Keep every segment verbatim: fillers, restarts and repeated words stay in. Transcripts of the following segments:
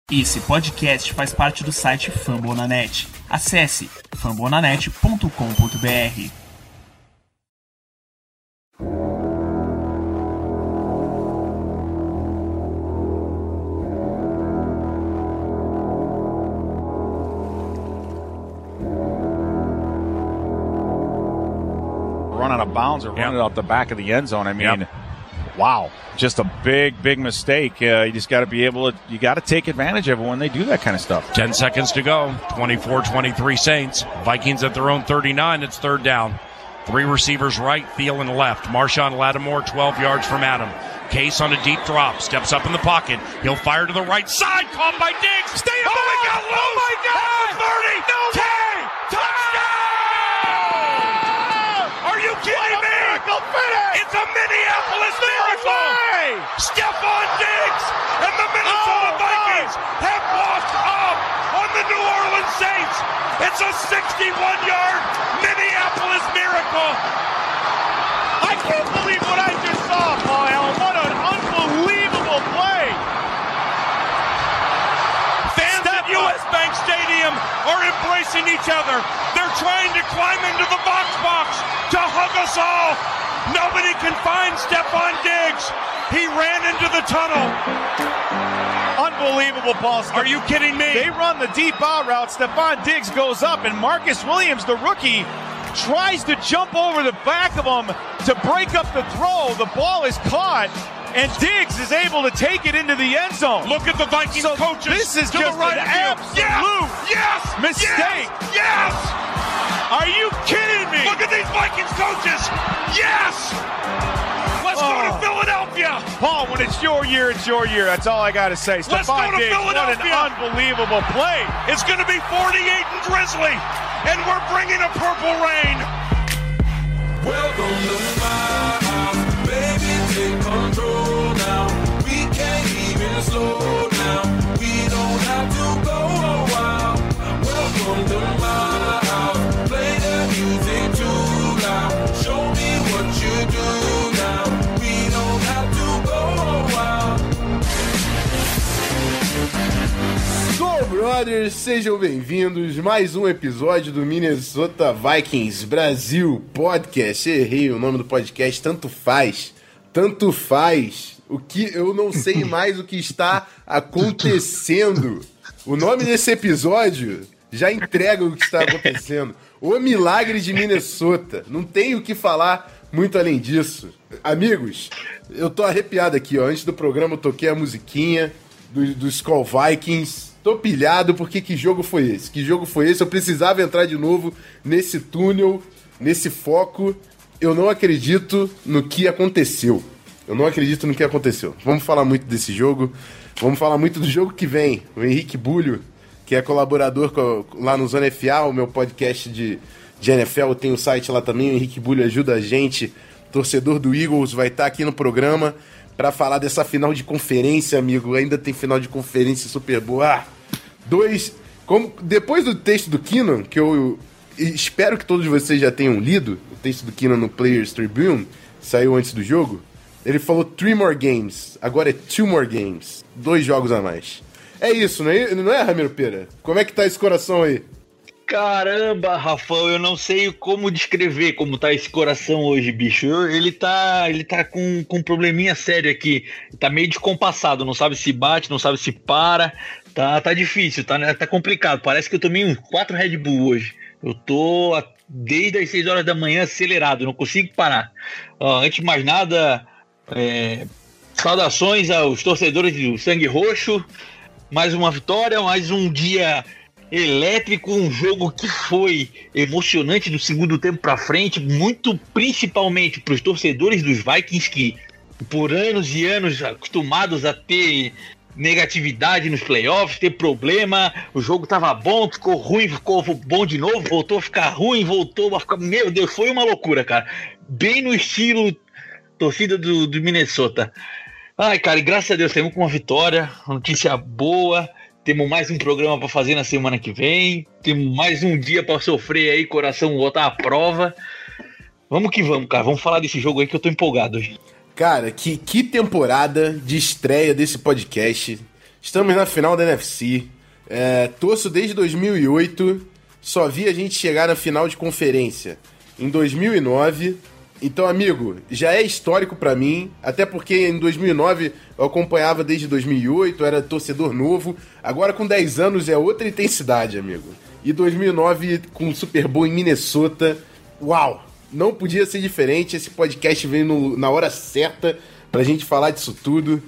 Esse podcast faz parte do site Fambonanet. Acesse fambonanet ponto com ponto b r. Run out of bounds or run Yep. it out the back of the end zone. I mean, Yep. wow, just a big, big mistake. Uh, you just got to be able to, you got to take advantage of it when they do that kind of stuff. Ten seconds to go. twenty-four twenty-three Saints. Vikings at their own thirty-nine. It's third down. Three receivers right, Thielen left. Marshawn Lattimore, twelve yards from Adam. Case on a deep drop. Steps up in the pocket. He'll fire to the right side. Caught by Diggs. Stay oh, he got loose. Oh, my God. thirty. No way. Touchdown. Are you kidding me? It's a Minneapolis miracle. Stephon Diggs and the Minnesota oh, Vikings have walked up on the New Orleans Saints. It's a sixty-one yard Minneapolis miracle. I can't believe what I just saw, Paul Allen. What an unbelievable play. Fans at U S Bank Stadium are embracing each other. They're trying to climb into the box box to hug us all. Nobody can find Stephon Diggs. He ran into the tunnel. Unbelievable, Paul. Are you kidding me? They run the deep out route. Stephon Diggs goes up, and Marcus Williams, the rookie, tries to jump over the back of him to break up the throw. The ball is caught, and Diggs is able to take it into the end zone. Look at the Vikings so coaches. This is to just the right an field. absolute yes, yes, mistake. Yes, yes. Are you kidding me? Look at these Vikings coaches. Yes. Let's oh. go to Philadelphia. Paul, when it's your year, it's your year. That's all I got to say. Let's Stephon go to Diggs, Philadelphia. What an unbelievable play. It's going to be forty-eight and drizzly, and we're bringing a purple rain. Welcome to my house, baby, take control now. We can't even slow down. We don't have to go a while. Welcome to my house, play the music too loud. Show me what you do now. We don't have to go a while. Go Brothers, sejam bem-vindos. Mais um episódio do Minnesota Vikings Brasil Podcast. Errei o nome do podcast, tanto faz, tanto faz. O que eu não sei mais o que está acontecendo. O nome desse episódio já entrega o que está acontecendo. O Milagre de Minnesota. Não tenho o que falar muito além disso. Amigos, eu tô arrepiado aqui, ó. Antes do programa eu toquei a musiquinha do, do Skol Vikings. Tô pilhado porque que jogo foi esse? Que jogo foi esse? Eu precisava entrar de novo nesse túnel, nesse foco. Eu não acredito no que aconteceu. Eu não acredito no que aconteceu. Vamos falar muito desse jogo. Vamos falar muito do jogo que vem. O Henrique Bulho, que é colaborador com, lá no Zona F A, o meu podcast de, de N F L, tem o site lá também. O Henrique Bulho ajuda a gente. Torcedor do Eagles vai estar aqui no programa para falar dessa final de conferência, amigo. Ainda tem final de conferência Super Bowl. Ah, dois... Como, depois do texto do Keenan, que eu, eu espero que todos vocês já tenham lido, o texto do Keenan no Players Tribune, saiu antes do jogo, ele falou three more games, agora é two more games. Dois jogos a mais. É isso, não é, não é, Ramiro Pera? Como é que tá esse coração aí? Caramba, Rafael, eu não sei como descrever como tá esse coração hoje, bicho. Eu, ele tá, ele tá com, com um probleminha sério aqui. Tá meio descompassado, não sabe se bate, não sabe se para. Tá, tá difícil, tá, tá complicado. Parece que eu tomei uns quatro Red Bull hoje. Eu tô desde as seis horas da manhã acelerado, não consigo parar. Uh, antes de mais nada, é, saudações aos torcedores do Sangue Roxo. Mais uma vitória, mais um dia elétrico, um jogo que foi emocionante do segundo tempo para frente, muito principalmente para os torcedores dos Vikings que por anos e anos acostumados a ter negatividade nos playoffs, ter problema, o jogo tava bom, ficou ruim, ficou bom de novo, voltou a ficar ruim, voltou a ficar... Meu Deus, foi uma loucura, cara. Bem no estilo torcida do, do Minnesota. Ai, cara, e graças a Deus temos uma vitória, uma notícia boa. Temos mais um programa para fazer na semana que vem. Temos mais um dia para sofrer aí, coração botar à prova. Vamos que vamos, cara. Vamos falar desse jogo aí que eu tô empolgado hoje. Cara, que, que temporada de estreia desse podcast. Estamos na final da N F C. É, torço desde dois mil e oito. Só vi a gente chegar na final de conferência em dois mil e nove. Então, amigo, já é histórico pra mim. Até porque em dois mil e nove eu acompanhava desde dois mil e oito, era torcedor novo. Agora com dez anos é outra intensidade, amigo. E dois mil e nove com o Super Bowl em Minnesota. Uau! Não podia ser diferente. Esse podcast veio no, na hora certa pra gente falar disso tudo.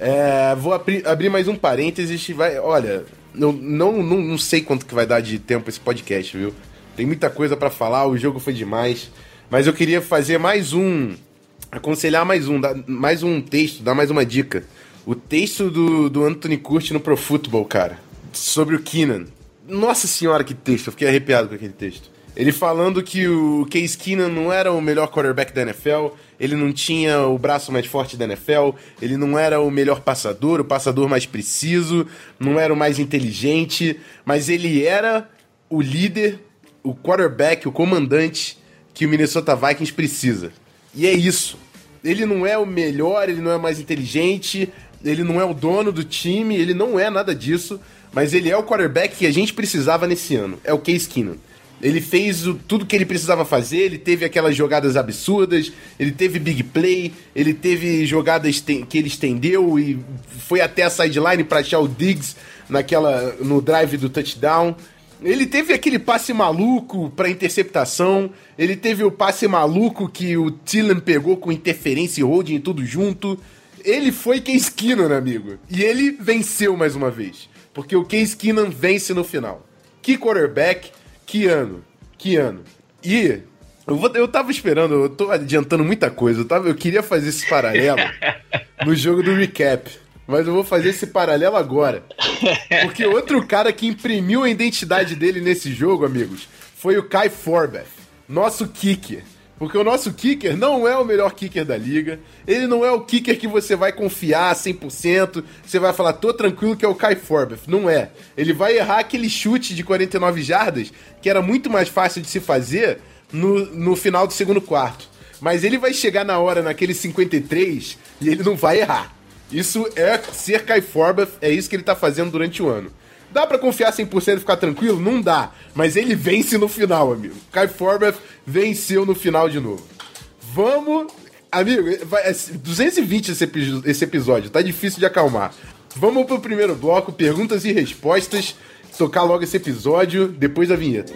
É, vou abri, abrir mais um parênteses. Vai, olha, eu não, não, não sei quanto que vai dar de tempo esse podcast, viu? Tem muita coisa pra falar, o jogo foi demais. Mas eu queria fazer mais um... Aconselhar mais um, dar mais um texto, dar mais uma dica. O texto do, do Anthony Curti no Pro Football, cara. Sobre o Keenan. Nossa senhora, que texto. Eu fiquei arrepiado com aquele texto. Ele falando que o Case Keenan não era o melhor quarterback da N F L, ele não tinha o braço mais forte da N F L, ele não era o melhor passador, o passador mais preciso, não era o mais inteligente, mas ele era o líder, o quarterback, o comandante que o Minnesota Vikings precisa. E é isso. Ele não é o melhor, ele não é o mais inteligente, ele não é o dono do time, ele não é nada disso, mas ele é o quarterback que a gente precisava nesse ano. É o Case Keenan. Ele fez o, tudo que ele precisava fazer, ele teve aquelas jogadas absurdas, ele teve big play, ele teve jogadas te, que ele estendeu e foi até a sideline para achar o Diggs naquela, no drive do touchdown. Ele teve aquele passe maluco para interceptação, ele teve o passe maluco que o Thielen pegou com interferência e holding e tudo junto. Ele foi Case Keenan, amigo. E ele venceu mais uma vez, porque o Case Keenan vence no final. Que quarterback... Que ano, que ano. E eu, vou, eu tava esperando, eu tô adiantando muita coisa, eu, tava, eu queria fazer esse paralelo no jogo do recap, mas eu vou fazer esse paralelo agora. Porque outro cara que imprimiu a identidade dele nesse jogo, amigos, foi o Kai Forbath, nosso kicker. Porque o nosso kicker não é o melhor kicker da liga, ele não é o kicker que você vai confiar cem por cento, você vai falar, tô tranquilo que é o Kai Forbath. Não é. Ele vai errar aquele chute de quarenta e nove jardas, que era muito mais fácil de se fazer no, no final do segundo quarto. Mas ele vai chegar na hora, naquele cinquenta e três, e ele não vai errar. Isso é ser Kai Forbath, é isso que ele tá fazendo durante o ano. Dá pra confiar cem por cento e ficar tranquilo? Não dá. Mas ele vence no final, amigo. Kai Forbath venceu no final de novo. Vamos... Amigo, vai, é duzentos e vinte esse, epi- esse episódio. Tá difícil de acalmar. Vamos pro primeiro bloco, perguntas e respostas. Tocar logo esse episódio, depois da vinheta.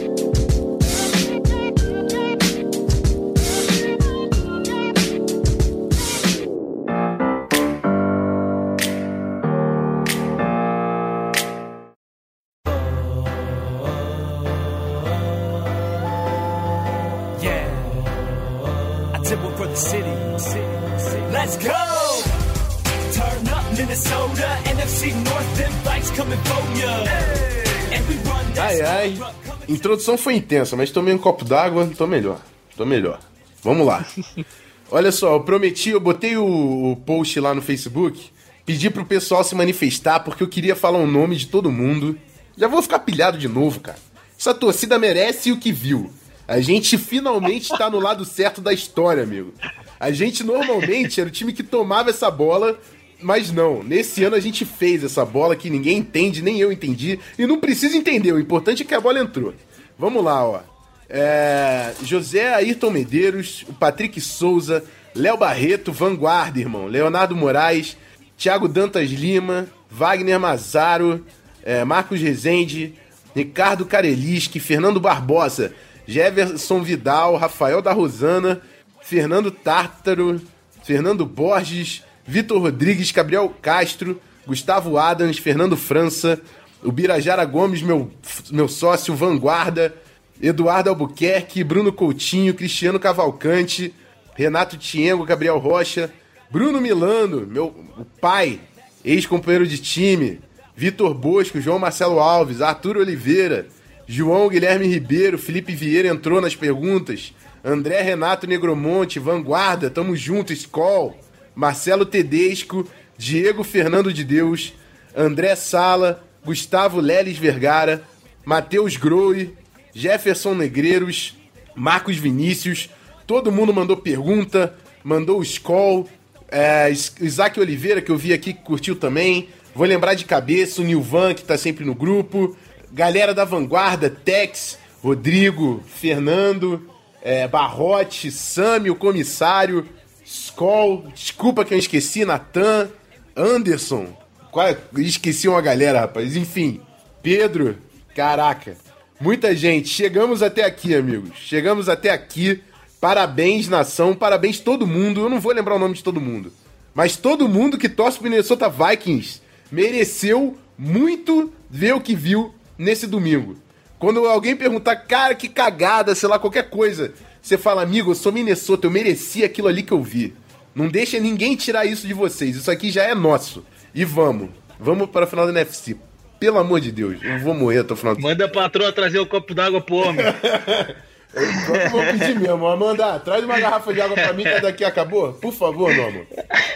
Ai, ai. Introdução foi intensa, mas tomei um copo d'água, tô melhor. Tô melhor. Vamos lá. Olha só, eu prometi, eu botei o, o post lá no Facebook, pedi pro pessoal se manifestar, porque eu queria falar o nome de todo mundo. Já vou ficar pilhado de novo, cara. Essa torcida merece o que viu. A gente finalmente tá no lado certo da história, amigo. A gente normalmente era o time que tomava essa bola, mas não. Nesse ano a gente fez essa bola que ninguém entende, nem eu entendi. E não precisa entender, o importante é que a bola entrou. Vamos lá, ó. É... José Ayrton Medeiros, o Patrick Souza, Léo Barreto, Vanguarda, irmão. Leonardo Moraes, Thiago Dantas Lima, Wagner Mazaro, é... Marcos Rezende, Ricardo Kareliski, Fernando Barbosa, Jefferson Vidal, Rafael da Rosana, Fernando Tártaro, Fernando Borges, Vitor Rodrigues, Gabriel Castro, Gustavo Adams, Fernando França, o Birajara Gomes, meu, meu sócio, Vanguarda, Eduardo Albuquerque, Bruno Coutinho, Cristiano Cavalcante, Renato Tiengo, Gabriel Rocha, Bruno Milano, meu o pai, ex-companheiro de time, Vitor Bosco, João Marcelo Alves, Arthur Oliveira, João Guilherme Ribeiro, Felipe Vieira entrou nas perguntas, André Renato Negromonte, Vanguarda, tamo junto, Skol, Marcelo Tedesco, Diego Fernando de Deus, André Sala, Gustavo Leles Vergara, Matheus Grohe, Jefferson Negreiros, Marcos Vinícius, todo mundo mandou pergunta, mandou o Skol, é, Isaac Oliveira, que eu vi aqui, que curtiu também, Vou lembrar de cabeça o Nilvan, que tá sempre no grupo. Galera da Vanguarda, Tex, Rodrigo, Fernando, é, Barrote, Sami, o comissário, Skoll, desculpa que eu esqueci, Natan, Anderson. Qual, esqueci uma galera, rapaz. Enfim, Pedro, caraca. Muita gente. Chegamos até aqui, amigos. Chegamos até aqui. Parabéns, nação. Parabéns todo mundo. Eu não vou lembrar o nome de todo mundo. Mas todo mundo que torce pro Minnesota Vikings mereceu muito ver o que viu nesse domingo. Quando alguém perguntar, cara, que cagada, sei lá, qualquer coisa, você fala, amigo, eu sou Minnesota, eu mereci aquilo ali que eu vi. Não deixa ninguém tirar isso de vocês. Isso aqui já é nosso. E vamos. Vamos para o final da N F C. Pelo amor de Deus, eu vou morrer até o final do... Manda a patroa trazer o copo d'água pro homem. Eu vou pedir mesmo. Amanda, traz uma garrafa de água pra mim que daqui acabou. Por favor, meu amor.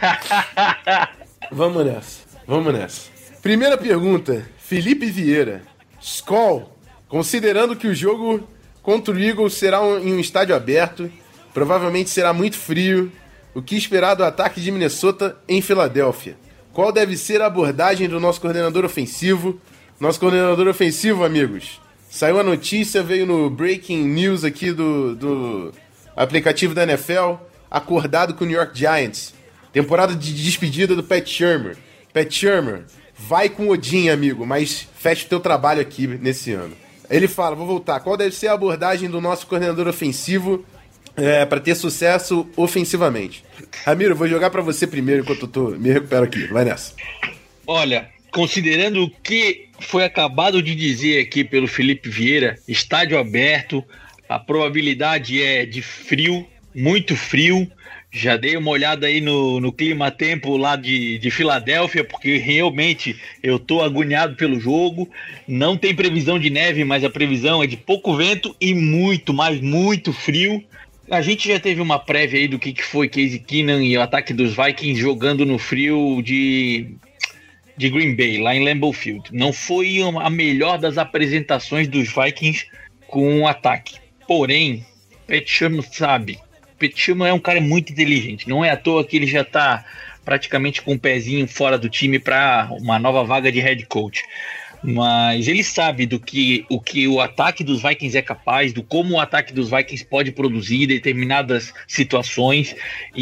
Vamos nessa. Vamos nessa. Primeira pergunta. Felipe Vieira. Skoll, considerando que o jogo contra o Eagles será um, em um estádio aberto, provavelmente será muito frio, o que esperar do ataque de Minnesota em Filadélfia? Qual deve ser a abordagem do nosso coordenador ofensivo? Nosso coordenador ofensivo, amigos, saiu a notícia, veio no Breaking News aqui do, do aplicativo da N F L, acordado com o New York Giants. Temporada de despedida do Pat Shurmur. Pat Shurmur, vai com o Odin, amigo, mas fecha o teu trabalho aqui nesse ano. Ele fala, vou voltar, qual deve ser a abordagem do nosso coordenador ofensivo é, para ter sucesso ofensivamente? Ramiro, vou jogar para você primeiro enquanto eu tô, me recupero aqui. Vai nessa. Olha, considerando o que foi acabado de dizer aqui pelo Felipe Vieira, estádio aberto, a probabilidade é de frio, muito frio. Já dei uma olhada aí no, no clima-tempo lá de, de Filadélfia, porque realmente eu tô agoniado pelo jogo. Não tem previsão de neve, mas a previsão é de pouco vento e muito, mas muito frio. A gente já teve uma prévia aí do que, que foi Case Keenum e o ataque dos Vikings jogando no frio de, de Green Bay, lá em Lambeau Field. Não foi uma, a melhor das apresentações dos Vikings com o ataque. Porém, Pat Shurmur sabe... Pat Shurmur é um cara muito inteligente, não é à toa que ele já está praticamente com o um pezinho fora do time para uma nova vaga de head coach. Mas ele sabe do que o que o ataque dos Vikings é capaz, do como o ataque dos Vikings pode produzir determinadas situações,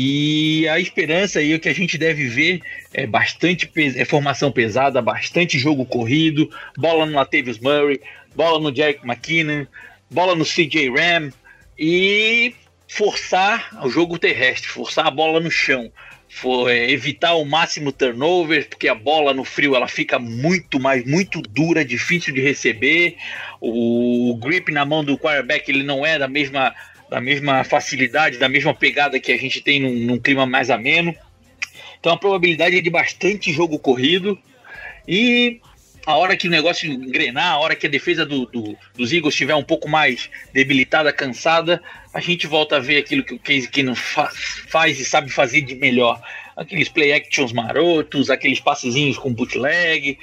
e a esperança aí, o que a gente deve ver é bastante pes- é formação pesada, bastante jogo corrido, bola no Latavius Murray, bola no Jerick McKinnon, bola no C J Ram e forçar o jogo terrestre, forçar a bola no chão, for, é, evitar o máximo turnover, porque a bola no frio ela fica muito mais, muito dura, difícil de receber, o, o grip na mão do quarterback ele não é da mesma, da mesma facilidade, da mesma pegada que a gente tem num, num clima mais ameno. Então a probabilidade é de bastante jogo corrido, e a hora que o negócio engrenar, a hora que a defesa do, do, dos Eagles estiver um pouco mais debilitada, cansada, a gente volta a ver aquilo que o Case Keenum fa- faz e sabe fazer de melhor. Aqueles play actions marotos, aqueles passezinhos com bootleg,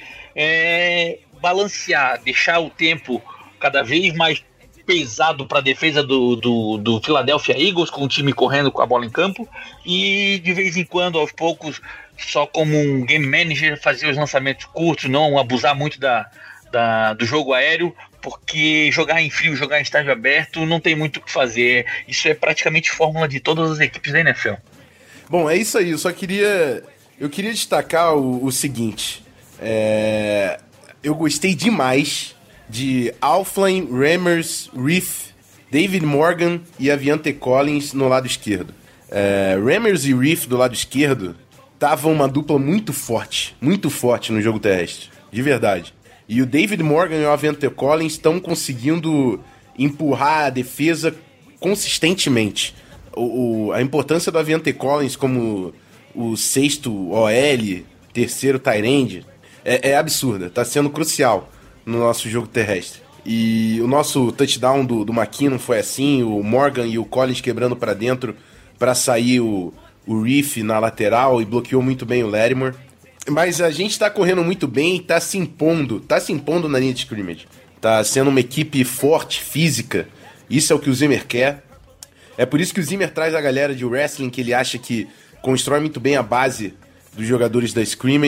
é, balancear, deixar o tempo cada vez mais pesado para a defesa do, do, do Philadelphia Eagles, com o time correndo com a bola em campo, e de vez em quando, aos poucos, só como um game manager, fazer os lançamentos curtos, não abusar muito da, da, do jogo aéreo, porque jogar em frio, jogar em estádio aberto, não tem muito o que fazer. Isso é praticamente fórmula de todas as equipes da N F L. Bom, é isso aí. Eu só queria... Eu queria destacar o, o seguinte. É, eu gostei demais de Alflin, Remmers, Reef, David Morgan e Aviante Collins no lado esquerdo. É, Remmers e Reef do lado esquerdo estavam uma dupla muito forte, muito forte no jogo terrestre, de verdade. E o David Morgan e o Aviante Collins estão conseguindo empurrar a defesa consistentemente. O, o, a importância do Aviante Collins como o sexto O L, terceiro tight end, é, é absurda, está sendo crucial no nosso jogo terrestre. E o nosso touchdown do, do McKinnon foi assim, o Morgan e o Collins quebrando para dentro para sair o, o Reef na lateral e bloqueou muito bem o Lattimore. Mas a gente tá correndo muito bem e tá se impondo, tá se impondo na linha de scrimmage. Tá sendo uma equipe forte, física. Isso é o que o Zimmer quer. É por isso que o Zimmer traz a galera de wrestling, que ele acha que constrói muito bem a base dos jogadores da scrimmage.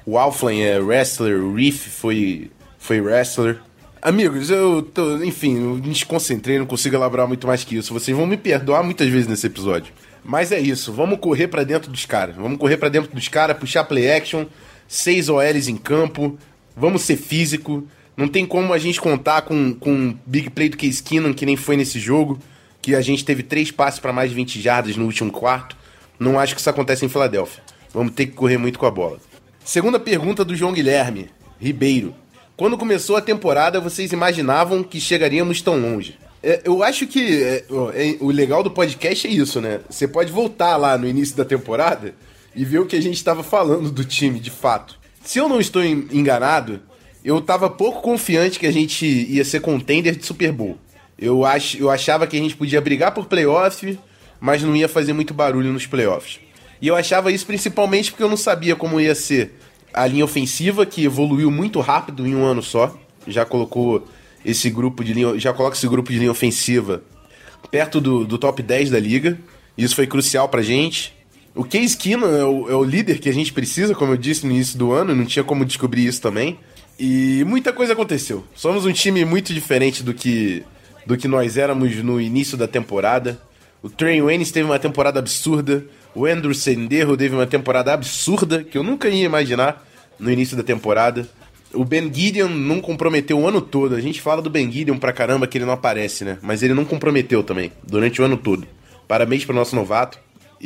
o Alflin é wrestler, o Reef foi, foi wrestler. Amigos, eu tô, enfim, eu me desconcentrei, não consigo elaborar muito mais que isso. Vocês vão me perdoar muitas vezes nesse episódio. Mas é isso, vamos correr pra dentro dos caras. Vamos correr pra dentro dos caras, puxar play action, seis O Ls em campo, vamos ser físico. Não tem como a gente contar com, com big play do Case Keenum, que nem foi nesse jogo, que a gente teve três passes para mais de vinte jardas no último quarto. Não acho que isso acontece em Filadélfia. Vamos ter que correr muito com a bola. Segunda pergunta do João Guilherme Ribeiro. Quando começou a temporada, vocês imaginavam que chegaríamos tão longe? É, eu acho que é, é, o legal do podcast é isso, né? Você pode voltar lá no início da temporada e ver o que a gente estava falando do time, de fato. Se eu não estou enganado, eu estava pouco confiante que a gente ia ser contender de Super Bowl. Eu, ach, eu achava que a gente podia brigar por playoff, mas não ia fazer muito barulho nos playoffs. E eu achava isso principalmente porque eu não sabia como ia ser a linha ofensiva, que evoluiu muito rápido em um ano só. Já colocou esse grupo de linha, já coloca esse grupo de linha ofensiva perto do, do top dez da liga. Isso foi crucial pra gente. O Case Keenum é o, é o líder que a gente precisa, como eu disse no início do ano, não tinha como descobrir isso também. E muita coisa aconteceu. Somos um time muito diferente do que, do que nós éramos no início da temporada. O Trey Waynes teve uma temporada absurda. O Andrew Sendejo teve uma temporada absurda, que eu nunca ia imaginar no início da temporada. O Ben Gideon não comprometeu o ano todo. A gente fala do Ben Gideon pra caramba que ele não aparece, né? Mas ele não comprometeu também, durante o ano todo. Parabéns pro nosso novato.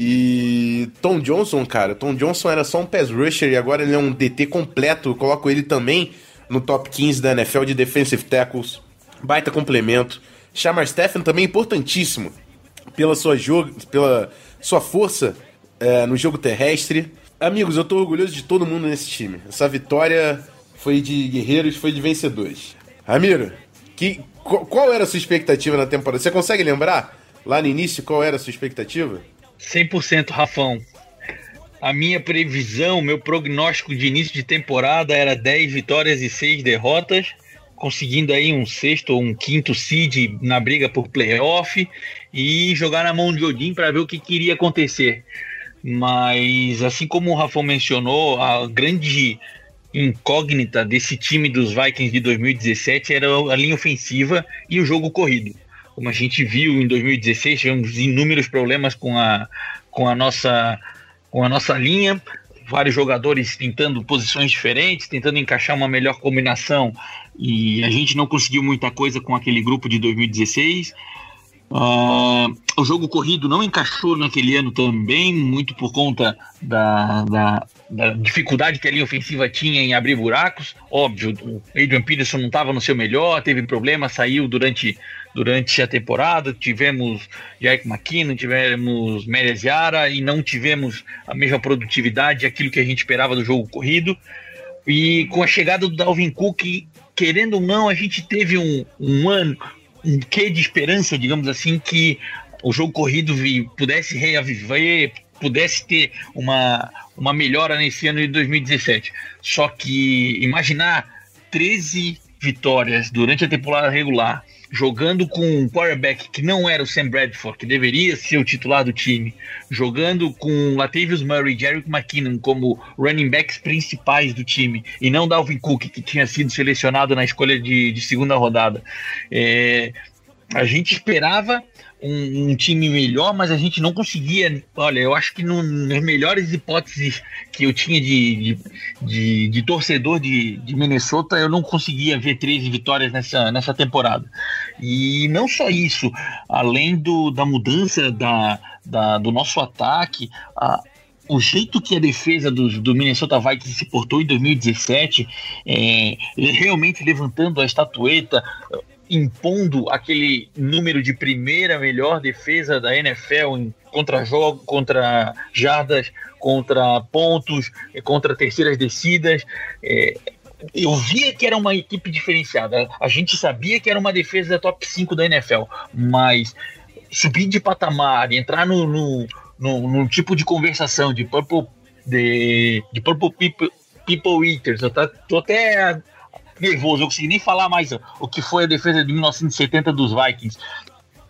E Tom Johnson, cara, Tom Johnson era só um pass rusher e agora ele é um D T completo. Eu coloco ele também no top quinze da N F L de defensive tackles. Baita complemento. Shamar Stephen também importantíssimo pela sua, jogo, pela sua força é, no jogo terrestre. Amigos, eu tô orgulhoso de todo mundo nesse time. Essa vitória foi de guerreiros, foi de vencedores. Ramiro, que, qual, qual era a sua expectativa na temporada? Você consegue lembrar, lá no início, qual era a sua expectativa? cem por cento, Rafão. A minha previsão, meu prognóstico de início de temporada era dez vitórias e seis derrotas, conseguindo aí um sexto ou um quinto seed na briga por playoff e jogar na mão de Odin para ver o que queria acontecer. Mas, assim como o Rafão mencionou, a grande incógnita desse time dos Vikings de dois mil e dezessete era a linha ofensiva e o jogo corrido. Como a gente viu em dois mil e dezesseis, tivemos inúmeros problemas com a, com a, nossa, com a nossa linha, vários jogadores tentando posições diferentes, tentando encaixar uma melhor combinação, e a gente não conseguiu muita coisa com aquele grupo de dois mil e dezesseis. Uh, o jogo corrido não encaixou naquele ano também, muito por conta da, da, da dificuldade que a linha ofensiva tinha em abrir buracos. Óbvio, o Adrian Peterson não estava no seu melhor, teve problema, saiu durante, durante a temporada. Tivemos Jake McKinnon, tivemos Mérez Yara e não tivemos a mesma produtividade, aquilo que a gente esperava do jogo corrido. E com a chegada do Dalvin Cook, querendo ou não, a gente teve um, um ano, um quê de esperança, digamos assim, que o jogo corrido pudesse reavivar, pudesse ter uma, uma melhora nesse ano de dois mil e dezessete. Só que imaginar treze vitórias durante a temporada regular, jogando com um quarterback que não era o Sam Bradford, que deveria ser o titular do time, jogando com Latavius Murray e Jerick McKinnon como running backs principais do time, e não Dalvin Cook, que tinha sido selecionado na escolha de, de segunda rodada. É, a gente esperava um, um time melhor, mas a gente não conseguia. Olha, eu acho que no, nas melhores hipóteses que eu tinha de, de, de, de torcedor de, de Minnesota, eu não conseguia ver treze vitórias nessa, nessa temporada. E não só isso, além do, da mudança da, da, do nosso ataque, a, o jeito que a defesa do, do Minnesota Vikings se portou em dois mil e dezessete, é, realmente levantando a estatueta, impondo aquele número de primeira melhor defesa da N F L em contra jogo, contra jardas, contra pontos, contra terceiras descidas. É, eu via que era uma equipe diferenciada. A gente sabia que era uma defesa da top cinco da N F L, mas subir de patamar, entrar no, no, no, no tipo de conversação de Purple, de, de purple people, people Eaters, eu tá, tô até nervoso, eu não consegui nem falar mais o que foi a defesa de mil novecentos e setenta dos Vikings.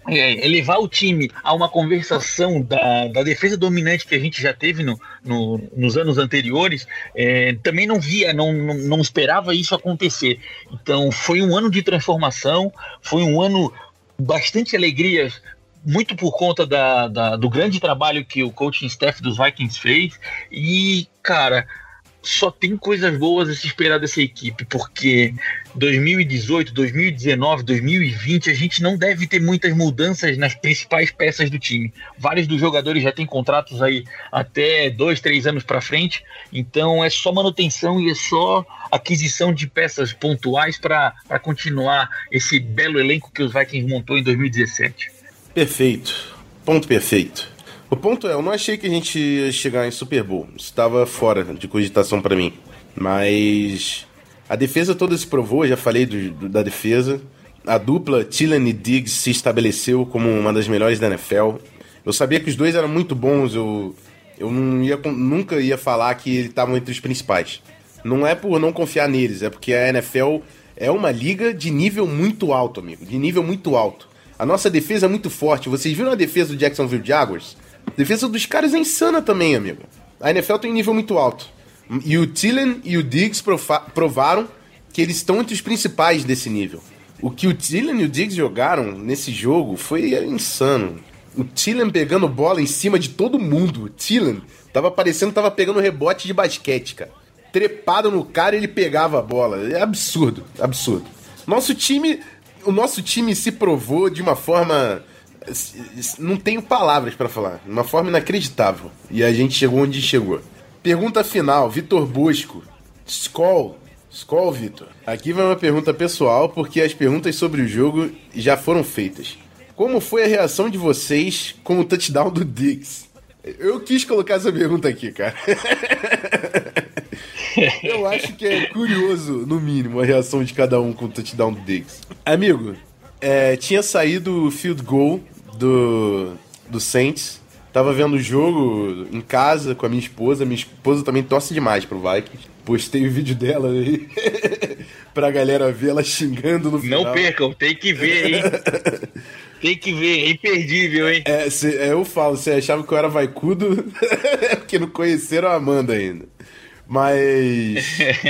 é, elevar o time a uma conversação da, da defesa dominante que a gente já teve no, no, nos anos anteriores, é, também não via, não, não, não esperava isso acontecer. Então foi um ano de transformação, foi um ano bastante alegrias, muito por conta da, da, do grande trabalho que o coaching staff dos Vikings fez. E, cara, só tem coisas boas a se esperar dessa equipe, porque dois mil e dezoito, dois mil e dezenove, dois mil e vinte a gente não deve ter muitas mudanças nas principais peças do time. Vários dos jogadores já têm contratos aí até dois, três anos para frente, então é só manutenção e é só aquisição de peças pontuais para continuar esse belo elenco que os Vikings montou em dois mil e dezessete. Perfeito, ponto perfeito. O ponto é, eu não achei que a gente ia chegar em Super Bowl. Isso estava fora de cogitação para mim. Mas a defesa toda se provou, já falei do, do, da defesa. A dupla Thielen e Diggs se estabeleceu como uma das melhores da N F L. Eu sabia que os dois eram muito bons, eu, eu não ia, nunca ia falar que eles estavam entre os principais. Não é por não confiar neles, é porque a N F L é uma liga de nível muito alto, amigo. De nível muito alto. A nossa defesa é muito forte. Vocês viram a defesa do Jacksonville Jaguars? A defesa dos caras é insana também, amigo. A N F L tem um nível muito alto. E o Thielen e o Diggs provaram que eles estão entre os principais desse nível. O que o Thielen e o Diggs jogaram nesse jogo foi insano. O Thielen pegando bola em cima de todo mundo. O Thielen tava parecendo que tava pegando rebote de basquete, cara. Trepado no cara e ele pegava a bola. É absurdo, absurdo. Nosso time... O nosso time se provou de uma forma... Não tenho palavras pra falar. De uma forma inacreditável. E a gente chegou onde chegou. Pergunta final, Vitor Bosco. Skol. Skol, Vitor. Aqui vai uma pergunta pessoal, porque as perguntas sobre o jogo já foram feitas. Como foi a reação de vocês com o touchdown do Diggs? Eu quis colocar essa pergunta aqui, cara. Eu acho que é curioso, no mínimo, a reação de cada um com o touchdown do Diggs. Amigo, é, tinha saído o field goal do, do Saints. Tava vendo o jogo em casa com a minha esposa. Minha esposa também torce demais pro Vikings. Postei o vídeo dela aí pra galera ver ela xingando no final. Não percam, tem que ver, hein? Tem que ver, é imperdível, hein? É, cê, é, eu falo, você achava que eu era vaicudo porque não conheceram a Amanda ainda. Mas...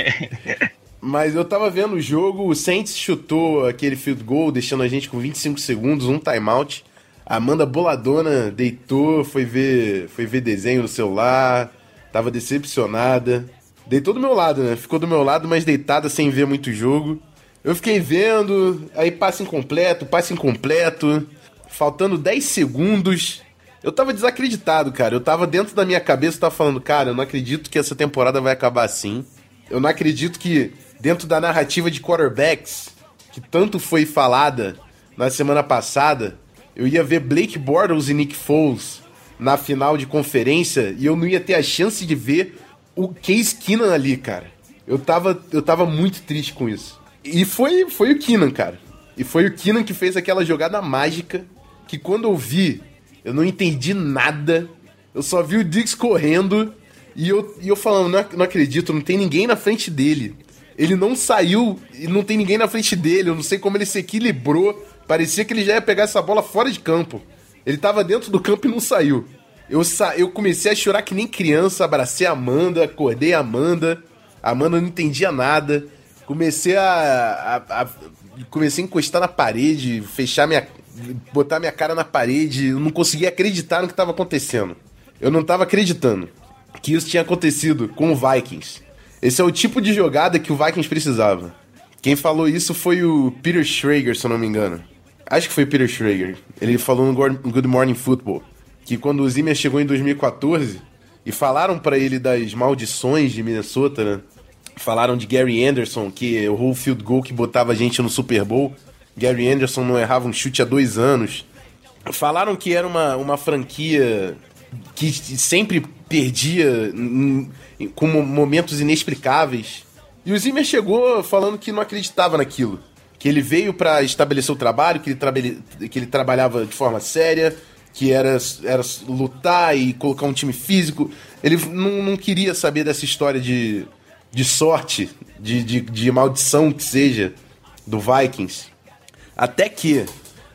Mas eu tava vendo o jogo, o Saints chutou aquele field goal, deixando a gente com vinte e cinco segundos, um timeout. A Amanda boladona deitou, foi ver, foi ver desenho no celular, tava decepcionada. Deitou do meu lado, né? Ficou do meu lado, mas deitada sem ver muito jogo. Eu fiquei vendo, aí passe incompleto, passe incompleto, faltando dez segundos. Eu tava desacreditado, cara. Eu tava dentro da minha cabeça, eu tava falando, cara, eu não acredito que essa temporada vai acabar assim. Eu não acredito que dentro da narrativa de quarterbacks, que tanto foi falada na semana passada, eu ia ver Blake Bortles e Nick Foles na final de conferência e eu não ia ter a chance de ver o Case Keenum ali, cara. Eu tava, eu tava muito triste com isso. E foi, foi o Keenum, cara. E foi o Keenum que fez aquela jogada mágica que quando eu vi, eu não entendi nada. Eu só vi o Diggs correndo e eu, e eu falando, não, não acredito, não tem ninguém na frente dele. Ele não saiu e não tem ninguém na frente dele. Eu não sei como ele se equilibrou. Parecia que ele já ia pegar essa bola fora de campo. Ele tava dentro do campo e não saiu. Eu, sa... eu comecei a chorar que nem criança, abracei a Amanda, acordei a Amanda. A Amanda não entendia nada. Comecei a... a, a... Comecei a encostar na parede, fechar minha... botar minha cara na parede. Eu não conseguia acreditar no que estava acontecendo. Eu não estava acreditando que isso tinha acontecido com o Vikings. Esse é o tipo de jogada que o Vikings precisava. Quem falou isso foi o Peter Schrager, se eu não me engano. Acho que foi o Peter Schrager. Ele falou no Good Morning Football que quando o Zimmer chegou em dois mil e quatorze e falaram pra ele das maldições de Minnesota, né? Falaram de Gary Anderson, que errou o field goal que botava a gente no Super Bowl. Gary Anderson não errava um chute há dois anos. Falaram que era uma, uma franquia que sempre perdia em, em, com momentos inexplicáveis. E o Zimmer chegou falando que não acreditava naquilo. Que ele veio pra estabelecer o trabalho, que ele, traba- que ele trabalhava de forma séria, que era, era lutar e colocar um time físico. Ele não, não queria saber dessa história de, de sorte, de, de, de maldição que seja, do Vikings. Até que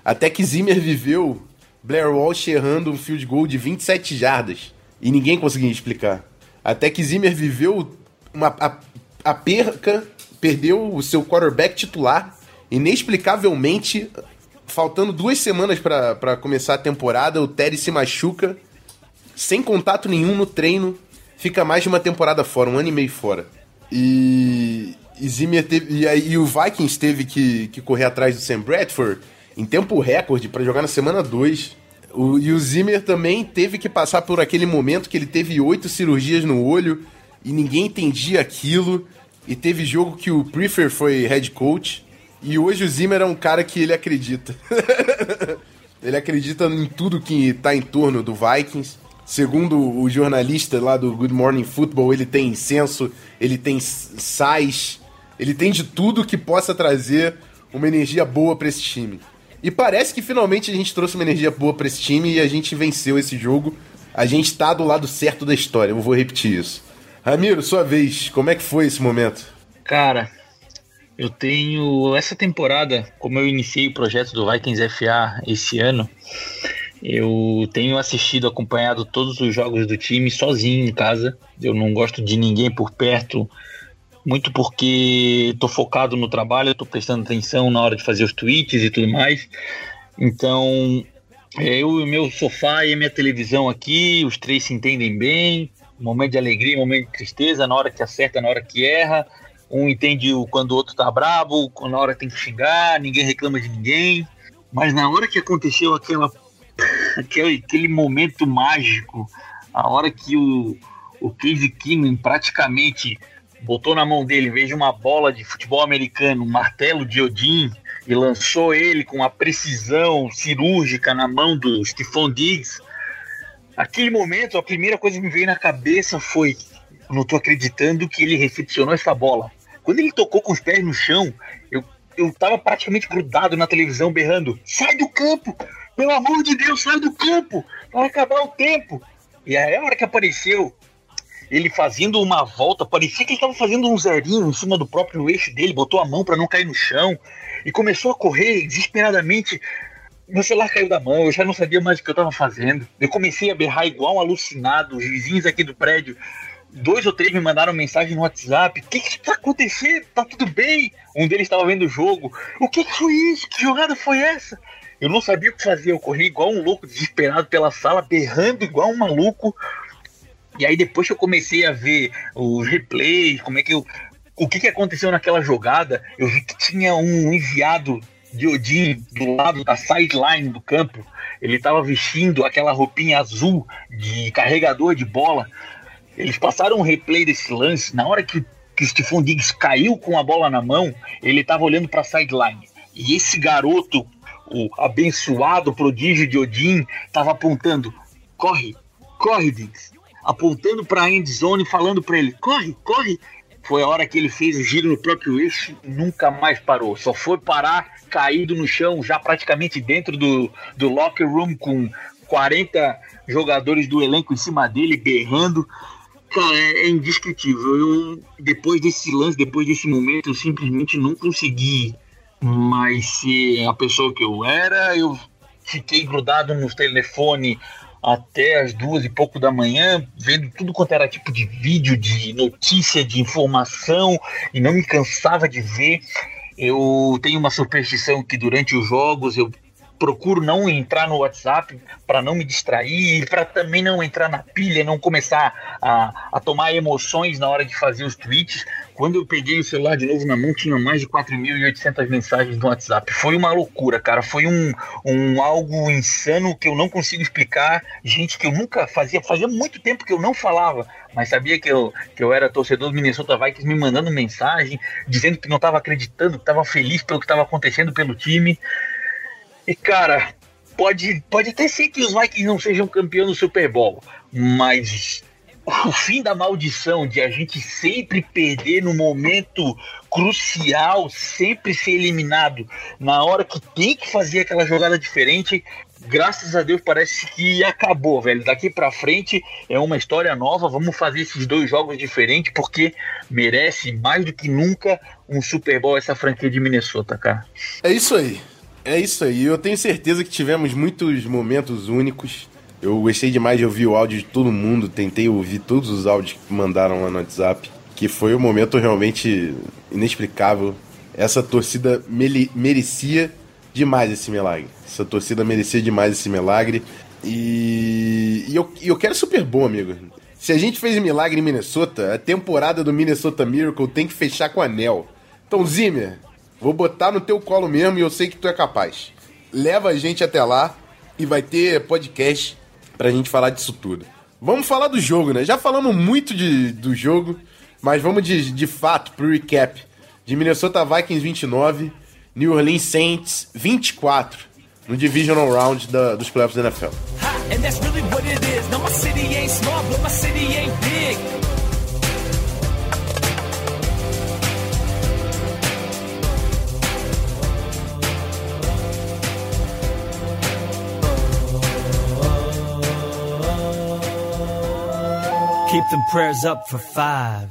Até que Zimmer viveu Blair Walsh errando um field goal de vinte e sete jardas. E ninguém conseguia explicar. Até que Zimmer viveu uma, a, a perca, perdeu o seu quarterback titular, inexplicavelmente, faltando duas semanas para começar a temporada, o Teddy se machuca, sem contato nenhum no treino, fica mais de uma temporada fora, um ano e meio fora. E, e, Zimmer teve, e, aí, e o Vikings teve que, que correr atrás do Sam Bradford em tempo recorde para jogar na semana dois. O, e o Zimmer também teve que passar por aquele momento que ele teve oito cirurgias no olho e ninguém entendia aquilo. E teve jogo que o Prefer foi head coach. E hoje o Zimmer é um cara que ele acredita. Ele acredita em tudo que está em torno do Vikings. Segundo o jornalista lá do Good Morning Football, ele tem senso, ele tem sais, ele tem de tudo que possa trazer uma energia boa para esse time. E parece que finalmente a gente trouxe uma energia boa pra esse time e a gente venceu esse jogo. A gente tá do lado certo da história, eu vou repetir isso. Ramiro, sua vez, como é que foi esse momento? Cara, eu tenho... Essa temporada, como eu iniciei o projeto do Vikings F A esse ano, eu tenho assistido, acompanhado todos os jogos do time sozinho em casa. Eu não gosto de ninguém por perto, muito porque tô focado no trabalho, tô prestando atenção na hora de fazer os tweets e tudo mais. Então, eu e meu sofá e a minha televisão aqui, os três se entendem bem, momento de alegria, momento de tristeza, na hora que acerta, na hora que erra. Um entende quando o outro tá bravo, na hora que tem que xingar, ninguém reclama de ninguém. Mas na hora que aconteceu aquela, aquele, aquele momento mágico, a hora que o, o Case Keenum praticamente botou na mão dele, em vez de uma bola de futebol americano, um martelo de Odin, e lançou ele com uma precisão cirúrgica na mão do Stephon Diggs. Aquele momento, a primeira coisa que me veio na cabeça foi: eu não tô acreditando que ele recepcionou essa bola. Quando ele tocou com os pés no chão, eu, eu tava praticamente grudado na televisão, berrando: sai do campo! Pelo amor de Deus, sai do campo! Vai acabar o tempo! E aí, a hora que apareceu ele fazendo uma volta, parecia que ele estava fazendo um zerinho em cima do próprio eixo dele, botou a mão para não cair no chão e começou a correr desesperadamente. Meu celular caiu da mão, eu já não sabia mais o que eu estava fazendo. Eu comecei a berrar igual um alucinado. Os vizinhos aqui do prédio, dois ou três me mandaram mensagem no WhatsApp: o que que está acontecendo? Tá tudo bem? Um deles estava vendo o jogo. O que que foi isso? Que jogada foi essa? Eu não sabia o que fazer, eu corri igual um louco desesperado pela sala, berrando igual um maluco. E aí depois que eu comecei a ver os replays, como é que eu, o que, que aconteceu naquela jogada, eu vi que tinha um enviado de Odin do lado da sideline do campo. Ele estava vestindo aquela roupinha azul de carregador de bola. Eles passaram um replay desse lance. Na hora que, que o Stephon Diggs caiu com a bola na mão, ele estava olhando para a sideline. E esse garoto, o abençoado prodígio de Odin, estava apontando: corre, corre, Diggs. Apontando para a end zone, falando para ele: corre, corre. Foi a hora que ele fez o giro no próprio eixo e nunca mais parou. Só foi parar caído no chão, já praticamente dentro do, do locker room, com quarenta jogadores do elenco em cima dele, berrando. Cara, é, é indescritível. Eu, depois desse lance, depois desse momento, eu simplesmente não consegui mais ser a pessoa que eu era. Eu fiquei grudado no telefone até as duas e pouco da manhã, vendo tudo quanto era tipo de vídeo, de notícia, de informação, e não me cansava de ver. Eu tenho uma superstição que durante os jogos eu procuro não entrar no WhatsApp para não me distrair, para também não entrar na pilha, não começar a, a tomar emoções na hora de fazer os tweets. Quando eu peguei o celular de novo na mão, tinha mais de quatro mil e oitocentas mensagens no WhatsApp. Foi uma loucura, cara. Foi um, um algo insano que eu não consigo explicar. Gente que eu nunca fazia, fazia muito tempo que eu não falava, mas sabia que eu, que eu era torcedor do Minnesota Vikings, me mandando mensagem, dizendo que não estava acreditando, que estava feliz pelo que estava acontecendo pelo time. E, cara, pode, pode até ser que os Vikings não sejam campeões do Super Bowl, mas o fim da maldição de a gente sempre perder no momento crucial, sempre ser eliminado na hora que tem que fazer aquela jogada diferente, graças a Deus parece que acabou, velho. Daqui pra frente é uma história nova, vamos fazer esses dois jogos diferentes, porque merece mais do que nunca um Super Bowl essa franquia de Minnesota, cara. É isso aí. É isso aí, eu tenho certeza que tivemos muitos momentos únicos. Eu gostei demais de ouvir o áudio de todo mundo, tentei ouvir todos os áudios que mandaram lá no WhatsApp, que foi um momento realmente inexplicável. Essa torcida me- merecia demais esse milagre. Essa torcida merecia demais esse milagre. E, e eu, eu quero Super Bowl, amigo. Se a gente fez milagre em Minnesota, a temporada do Minnesota Miracle tem que fechar com anel. Então, Zimmer, vou botar no teu colo mesmo e eu sei que tu é capaz. Leva a gente até lá e vai ter podcast pra gente falar disso tudo. Vamos falar do jogo, né? Já falamos muito de, do jogo, mas vamos de, de fato pro recap. De Minnesota Vikings vinte e nove, New Orleans Saints vinte e quatro, no Divisional Round da, dos playoffs da N F L. And that's really what it is. No, my city ain't small, but my city ain't big. Keep them prayers up for five.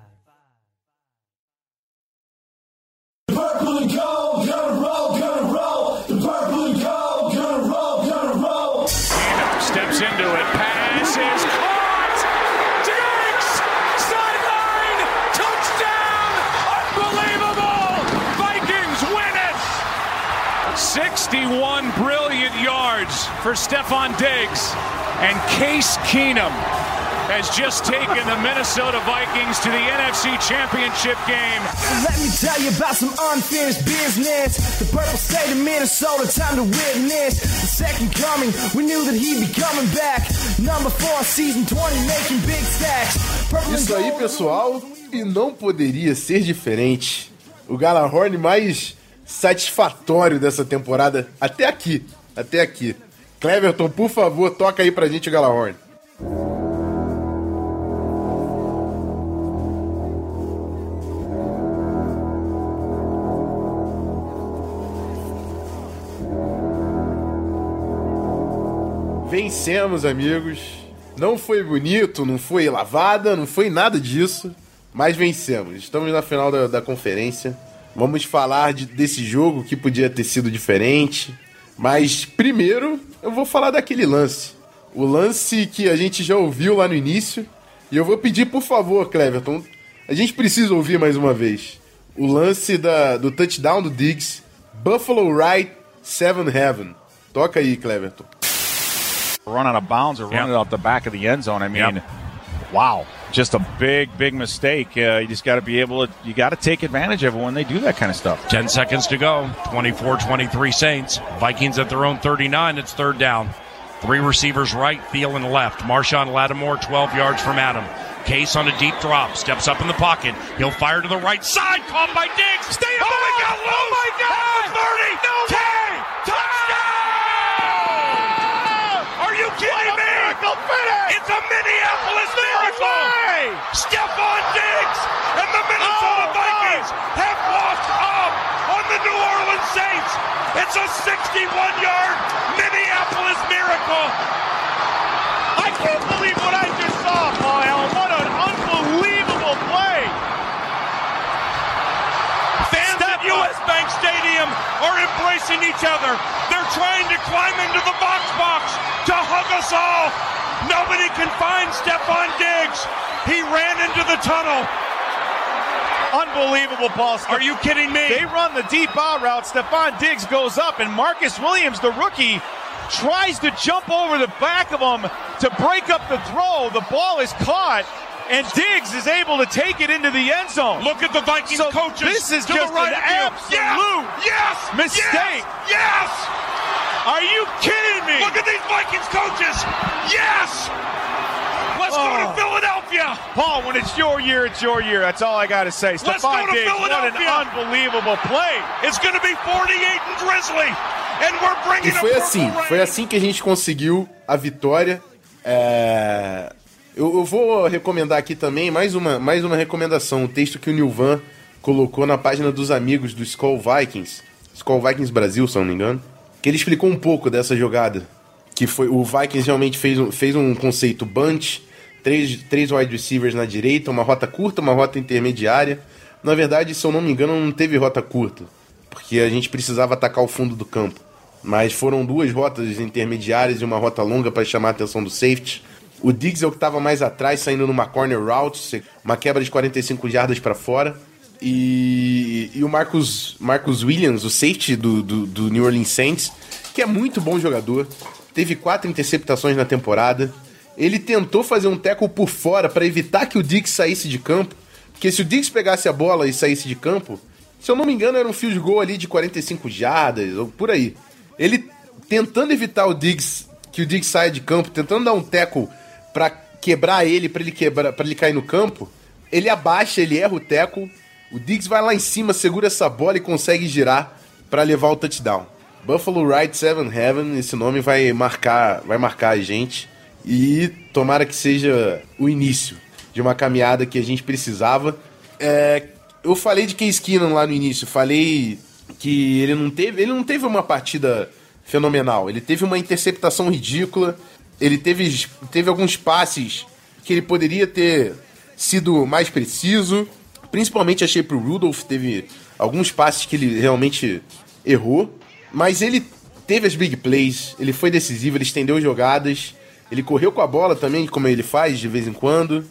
The purple and gold, gonna roll, gonna roll. The purple and gold, gonna roll, gonna roll. Steps into it. Pass is caught. Diggs! Sideline! Touchdown! Unbelievable! Vikings win it! sixty-one brilliant yards for Stephon Diggs. And Case Keenum has just taken the Minnesota Vikings to the N F C Championship game. Let me tell you about some unfinished business. The purple state of Minnesota, time to witness the second coming. We knew that he'd be coming back. Number four, season twenty, making big stacks. Purple Isso aí, pessoal, e não poderia ser diferente. O Gallahorn mais satisfatório dessa temporada até aqui, até aqui. Cleverton, por favor, toca aí pra gente o Gallahorn. Vencemos, amigos. Não foi bonito, não foi lavada, não foi nada disso, mas vencemos. Estamos na final da, da conferência. Vamos falar de, desse jogo que podia ter sido diferente. Mas primeiro eu vou falar daquele lance. O lance que a gente já ouviu lá no início. E eu vou pedir, por favor, Cleverton, a gente precisa ouvir mais uma vez. O lance da, do touchdown do Diggs. Buffalo Right, Seven Heaven. Toca aí, Cleverton. Run out of bounds or run Yep. it off the back of the end zone. I mean, Yep. wow. Just a big, big mistake. Uh, you just got to be able to, you got to take advantage of it when they do that kind of stuff. Ten seconds to go. twenty-four twenty-three Saints. Vikings at their own thirty-nine. It's third down. Three receivers right, Thielen left. Marshawn Lattimore, twelve yards from Adam. Case on a deep drop. Steps up in the pocket. He'll fire to the right side. Caught by Diggs. Stay up. Oh, he got loose. Oh, my God. thirty. No way. Touchdown. Are you kidding me? It's a Minneapolis miracle. Stephon Diggs and the Minnesota oh, Vikings God. have walked up on the New Orleans Saints. It's a sixty-one yard Minneapolis miracle. I can't believe what I just saw, Paul Allen. What an unbelievable play. Fans at U S Bank Stadium are embracing each other. They're trying to climb into the box box to hug us all. Nobody can find Stephon Diggs. He ran into the tunnel. Unbelievable, Paul. Are you kidding me? They run the deep out route. Stephon Diggs goes up, and Marcus Williams, the rookie, tries to jump over the back of him to break up the throw. The ball is caught, and Diggs is able to take it into the end zone. Look at the Vikings So coaches. this is to just the right an of you. absolute yes, yes, mistake. Yes, yes. Are you kidding me? Look at these Vikings coaches. Yes. Let's Oh. go to Philadelphia. Paul, when it's your year, it's your year. That's all I got to say. Let's Stephon go to Diggs, what an Philadelphia. unbelievable play. It's going to be forty-eight and drizzly, and we're E bringing foi a assim, purple foi rain. assim que a gente conseguiu a vitória. É... Eu, eu vou recomendar aqui também mais uma, mais uma recomendação, um texto que o Nilvan colocou na página dos amigos do Skol Vikings, Skol Vikings Brasil, se eu não me engano, que ele explicou um pouco dessa jogada, que foi o Vikings realmente fez um, fez um conceito bunch, três, três wide receivers na direita, uma rota curta, uma rota intermediária. Na verdade, se eu não me engano, não teve rota curta, porque a gente precisava atacar o fundo do campo. Mas foram duas rotas intermediárias e uma rota longa para chamar a atenção do safety. O Diggs é o que estava mais atrás, saindo numa corner route, uma quebra de quarenta e cinco jardas para fora. E, e o Marcus, Marcus Williams, o safety do, do, do New Orleans Saints, que é muito bom jogador, teve quatro interceptações na temporada. Ele tentou fazer um tackle por fora para evitar que o Diggs saísse de campo, porque se o Diggs pegasse a bola e saísse de campo, se eu não me engano era um field goal ali de quarenta e cinco jardas, ou por aí. Ele tentando evitar o Diggs, que o Diggs saia de campo, tentando dar um tackle para quebrar ele, para ele, quebrar, para ele cair no campo, ele abaixa, ele erra o tackle, o Diggs vai lá em cima, segura essa bola e consegue girar para levar o touchdown. Buffalo Right Seven Heaven, esse nome vai marcar, vai marcar a gente, e tomara que seja o início de uma caminhada que a gente precisava. É, eu falei de Case Keenum lá no início, falei que ele não teve, ele não teve uma partida fenomenal, ele teve uma interceptação ridícula, ele teve, teve alguns passes que ele poderia ter sido mais preciso, principalmente achei pro Rudolph, teve alguns passes que ele realmente errou, mas ele teve as big plays, ele foi decisivo, ele estendeu jogadas, ele correu com a bola também, como ele faz de vez em quando,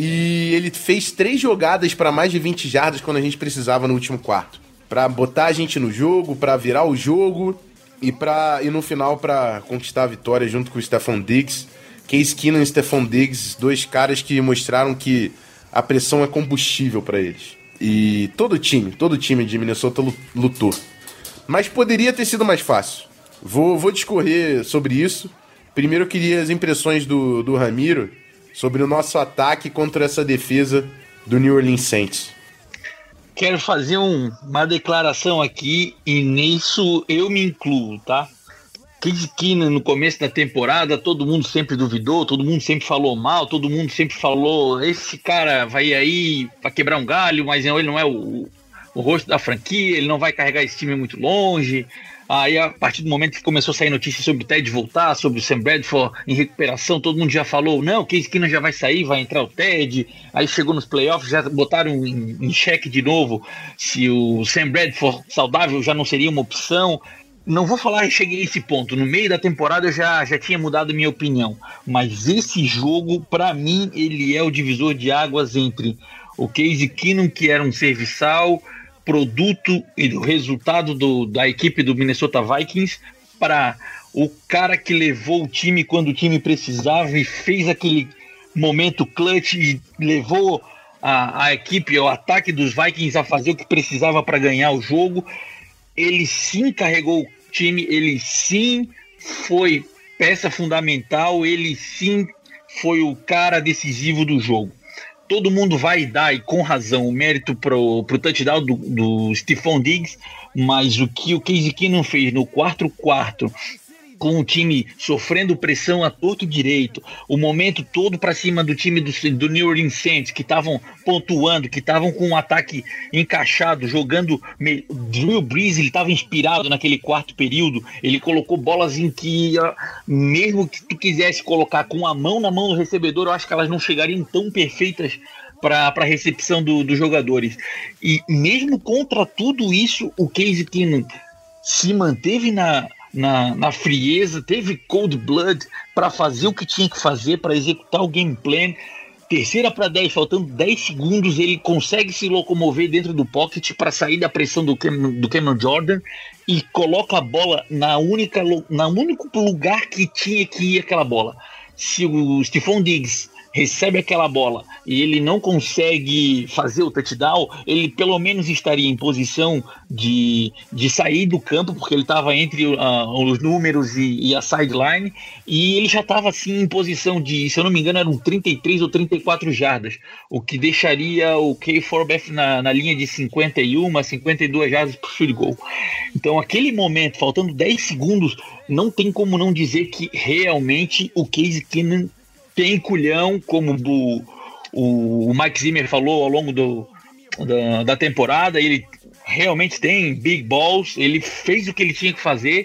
e ele fez três jogadas para mais de vinte jardas quando a gente precisava no último quarto, para botar a gente no jogo, para virar o jogo e, pra, e no final para conquistar a vitória junto com o Stephon Diggs. Case Keenum e Stephon Diggs, dois caras que mostraram que a pressão é combustível para eles. E todo time, todo time de Minnesota lutou. Mas poderia ter sido mais fácil. Vou, vou discorrer sobre isso. Primeiro eu queria as impressões do, do Ramiro sobre o nosso ataque contra essa defesa do New Orleans Saints. Quero fazer um, uma declaração aqui e nisso eu me incluo, tá? Case Keenum no começo da temporada, todo mundo sempre duvidou, todo mundo sempre falou mal, todo mundo sempre falou, esse cara vai aí pra quebrar um galho, mas ele não é o, o rosto da franquia, ele não vai carregar esse time muito longe. Aí a partir do momento que começou a sair notícias sobre o Ted voltar, sobre o Sam Bradford em recuperação, todo mundo já falou, não, o Case Keenum já vai sair, vai entrar o Ted. Aí chegou nos playoffs, já botaram em, em xeque de novo se o Sam Bradford saudável já não seria uma opção. Não vou falar que cheguei a esse ponto, no meio da temporada eu já, já tinha mudado minha opinião, mas esse jogo, pra mim, ele é o divisor de águas entre o Case Keenum, que era um serviçal, produto e do resultado do, da equipe do Minnesota Vikings, para o cara que levou o time quando o time precisava e fez aquele momento clutch e levou a, a equipe, o ataque dos Vikings a fazer o que precisava para ganhar o jogo. Ele sim carregou o time, ele sim foi peça fundamental, ele sim foi o cara decisivo do jogo. Todo mundo vai dar, e com razão, o mérito pro, pro touchdown do, do Stephon Diggs, mas o que o Case Keenum fez no quarto quarto, com o time sofrendo pressão a torto direito, o momento todo para cima do time do, do New Orleans Saints, que estavam pontuando, que estavam com um ataque encaixado, jogando. Me, Drew Brees, ele estava inspirado naquele quarto período, ele colocou bolas em que, mesmo que tu quisesse colocar com a mão na mão do recebedor, eu acho que elas não chegariam tão perfeitas para a recepção do, dos jogadores. E mesmo contra tudo isso, o Case Keenum se manteve na Na, na frieza, teve cold blood para fazer o que tinha que fazer, para executar o game plan. Terceira para dez, faltando dez segundos, ele consegue se locomover dentro do pocket para sair da pressão do Cam, do Cameron Jordan e coloca a bola na única, na único lugar que tinha que ir aquela bola. Se o Stephon Diggs recebe aquela bola e ele não consegue fazer o touchdown, ele pelo menos estaria em posição de, de sair do campo, porque ele estava entre uh, os números e, e a sideline, e ele já estava assim em posição de, se eu não me engano, eram trinta e três ou trinta e quatro jardas, o que deixaria o K quatro na, na linha de cinquenta e uma, cinquenta e duas jardas para o field goal. Então aquele momento, faltando dez segundos, não tem como não dizer que realmente o Case Keenum tem culhão, como o, o, o Mike Zimmer falou ao longo do, da, da temporada. Ele realmente tem big balls, ele fez o que ele tinha que fazer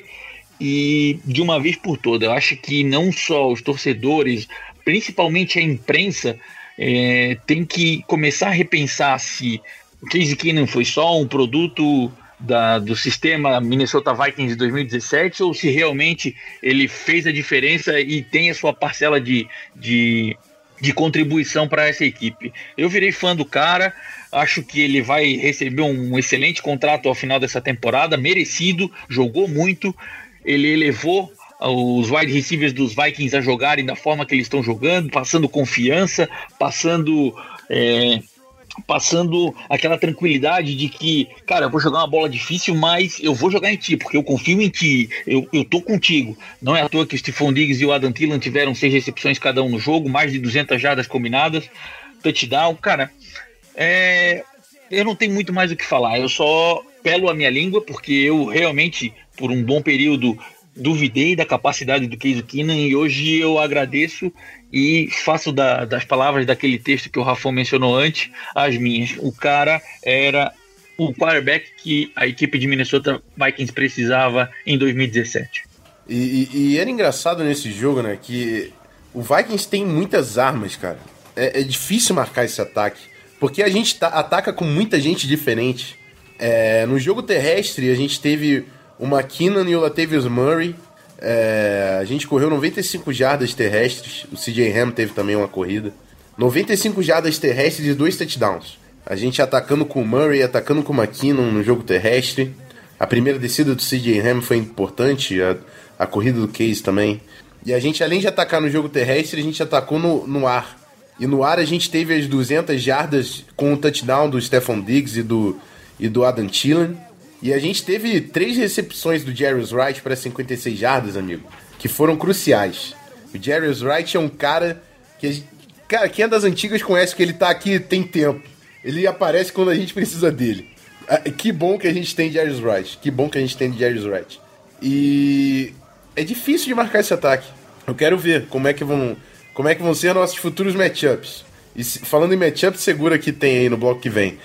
e de uma vez por todas. Eu acho que não só os torcedores, principalmente a imprensa, é, tem que começar a repensar se o Case Keenum foi só um produto da, do sistema Minnesota Vikings de dois mil e dezessete, ou se realmente ele fez a diferença e tem a sua parcela de, de, de contribuição para essa equipe. Eu virei fã do cara, acho que ele vai receber um excelente contrato ao final dessa temporada, merecido, jogou muito, ele elevou os wide receivers dos Vikings a jogarem da forma que eles estão jogando, passando confiança, passando... É, passando aquela tranquilidade de que, cara, eu vou jogar uma bola difícil, mas eu vou jogar em ti, porque eu confio em ti, eu, eu tô contigo. Não é à toa que o Stephon Diggs e o Adam Thielen tiveram seis recepções cada um no jogo, mais de duzentas jardas combinadas, touchdown, cara, é... eu não tenho muito mais o que falar, eu só pelo a minha língua, porque eu realmente, por um bom período, duvidei da capacidade do Case Keenum, e hoje eu agradeço e faço da, das palavras daquele texto que o Rafão mencionou antes as minhas. O cara era o quarterback que a equipe de Minnesota Vikings precisava em dois mil e dezessete. E, e, e era engraçado nesse jogo, né, que o Vikings tem muitas armas, cara. É, é difícil marcar esse ataque, porque a gente tá, ataca com muita gente diferente. É, no jogo terrestre a gente teve o McKinnon e o Latavius Murray. É, a gente correu noventa e cinco jardas terrestres. O C J Ham teve também uma corrida. noventa e cinco jardas terrestres e dois touchdowns. A gente atacando com o Murray, atacando com o McKinnon no jogo terrestre. A primeira descida do C J Ham foi importante, a, a corrida do Case também. E a gente, além de atacar no jogo terrestre, a gente atacou no, no ar. E no ar a gente teve as duzentas jardas com o touchdown do Stephon Diggs e do, e do Adam Thielen. E a gente teve três recepções do Jarius Wright para cinquenta e seis jardas, amigo, que foram cruciais. O Jarius Wright é um cara que... A gente, cara, quem é das antigas conhece que ele tá aqui tem tempo. Ele aparece quando a gente precisa dele. Que bom que a gente tem Jarius Wright. Que bom que a gente tem Jarius Wright. E é difícil de marcar esse ataque. Eu quero ver como é que vão, como é que vão ser nossos futuros matchups. E falando em matchups, segura que tem aí no bloco que vem.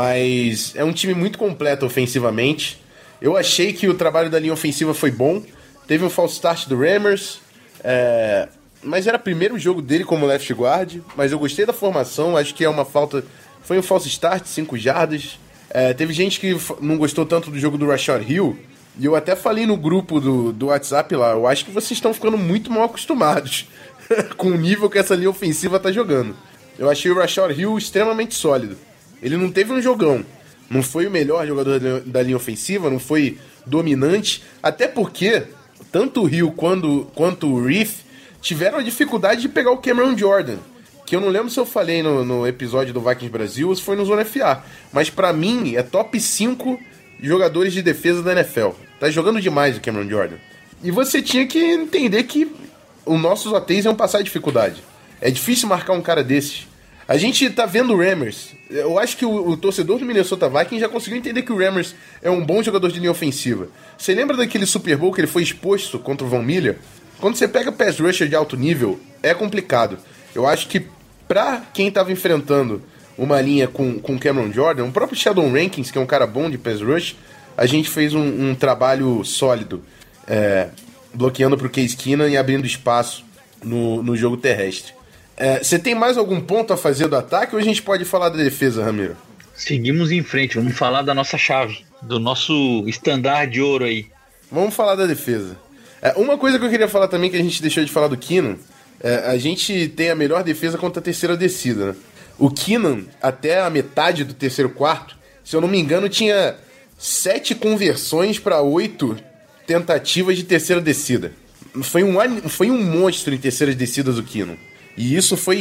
Mas é um time muito completo ofensivamente. Eu achei que o trabalho da linha ofensiva foi bom. Teve um false start do Rammers, é... mas era o primeiro jogo dele como left guard. Mas eu gostei da formação, acho que é uma falta. Foi um false start, cinco jardas. É, teve gente que não gostou tanto do jogo do Rashard Hill. E eu até falei no grupo do, do WhatsApp lá, eu acho que vocês estão ficando muito mal acostumados com o nível que essa linha ofensiva tá jogando. Eu achei o Rashard Hill extremamente sólido. Ele não teve um jogão, não foi o melhor jogador da linha ofensiva, não foi dominante, até porque tanto o Hill quanto, quanto o Reith tiveram a dificuldade de pegar o Cameron Jordan, que eu não lembro se eu falei no, no episódio do Vikings Brasil ou se foi no Zona F A, mas pra mim é top cinco jogadores de defesa da N F L. Tá jogando demais o Cameron Jordan. E você tinha que entender que os nossos O Ts iam passar dificuldade. É difícil marcar um cara desses. A gente tá vendo o Rammers. Eu acho que o, o torcedor do Minnesota Vikings já conseguiu entender que o Rammers é um bom jogador de linha ofensiva. Você lembra daquele Super Bowl que ele foi exposto contra o Von Miller? Quando você pega pass rusher de alto nível, é complicado. Eu acho que pra quem tava enfrentando uma linha com o Cameron Jordan, o próprio Sheldon Rankins, que é um cara bom de pass rush, a gente fez um, um trabalho sólido, é, bloqueando pro Case Keenum e abrindo espaço no, no jogo terrestre. Você é, tem mais algum ponto a fazer do ataque ou a gente pode falar da defesa, Ramiro? Seguimos em frente, vamos falar da nossa chave, do nosso estandarte de ouro aí. Vamos falar da defesa. É, uma coisa que eu queria falar também, que a gente deixou de falar do Keenum, é, a gente tem a melhor defesa contra a terceira descida, né? O Keenum, até a metade do terceiro quarto, se eu não me engano, tinha sete conversões para oito tentativas de terceira descida. Foi um, foi um monstro em terceiras descidas o Keenum. E isso foi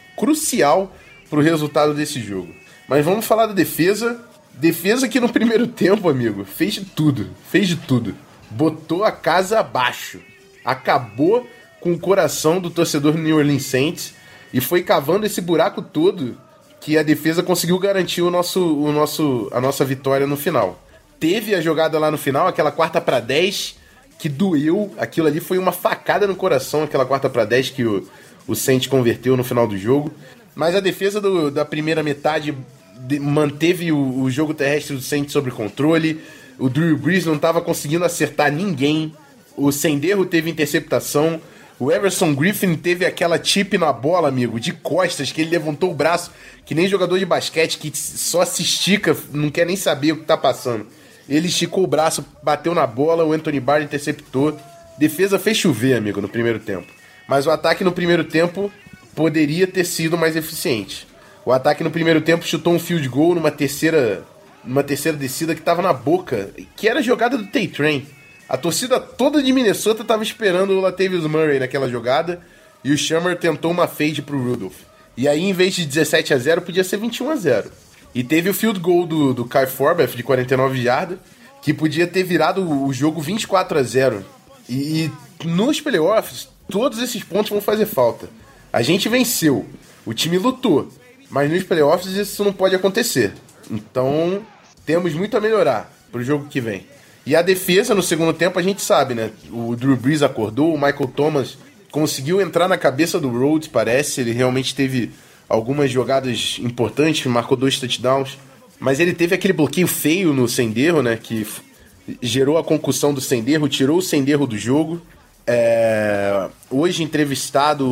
crucial pro resultado desse jogo. Mas vamos falar da defesa. Defesa que no primeiro tempo, amigo, fez de tudo. Fez de tudo. Botou a casa abaixo. Acabou com o coração do torcedor do New Orleans Saints. E foi cavando esse buraco todo que a defesa conseguiu garantir o nosso, o nosso, a nossa vitória no final. Teve a jogada lá no final, aquela quarta para dez, que doeu. Aquilo ali foi uma facada no coração, aquela quarta para dez que o... o Saints converteu no final do jogo. Mas a defesa do, da primeira metade de, manteve o, o jogo terrestre do Saints sob controle. O Drew Brees não estava conseguindo acertar ninguém. O Senderro teve interceptação. O Everson Griffin teve aquela chip na bola, amigo, de costas, que ele levantou o braço, que nem jogador de basquete, que só se estica, não quer nem saber o que tá passando. Ele esticou o braço, bateu na bola, o Anthony Barr interceptou. Defesa fez chover, amigo, no primeiro tempo. Mas o ataque no primeiro tempo poderia ter sido mais eficiente. O ataque no primeiro tempo chutou um field goal numa terceira, numa terceira descida que estava na boca, que era a jogada do Tay-Train. A torcida toda de Minnesota estava esperando o Latavius Murray naquela jogada e o Shammer tentou uma fade pro Rudolph. E aí, em vez de dezessete a zero, podia ser vinte e um a zero. E teve o field goal do, do Kai Forbath de quarenta e nove jardas, que podia ter virado o jogo vinte e quatro a zero. E, e nos playoffs, todos esses pontos vão fazer falta. A gente venceu, o time lutou, mas nos playoffs isso não pode acontecer. Então, temos muito a melhorar pro jogo que vem. E a defesa no segundo tempo a gente sabe, né? O Drew Brees acordou, o Michael Thomas conseguiu entrar na cabeça do Rhodes, parece. Ele realmente teve algumas jogadas importantes, marcou dois touchdowns. Mas ele teve aquele bloqueio feio no Sendejo, né? Que f- gerou a concussão do Sendejo, tirou o Sendejo do jogo. É... Hoje entrevistado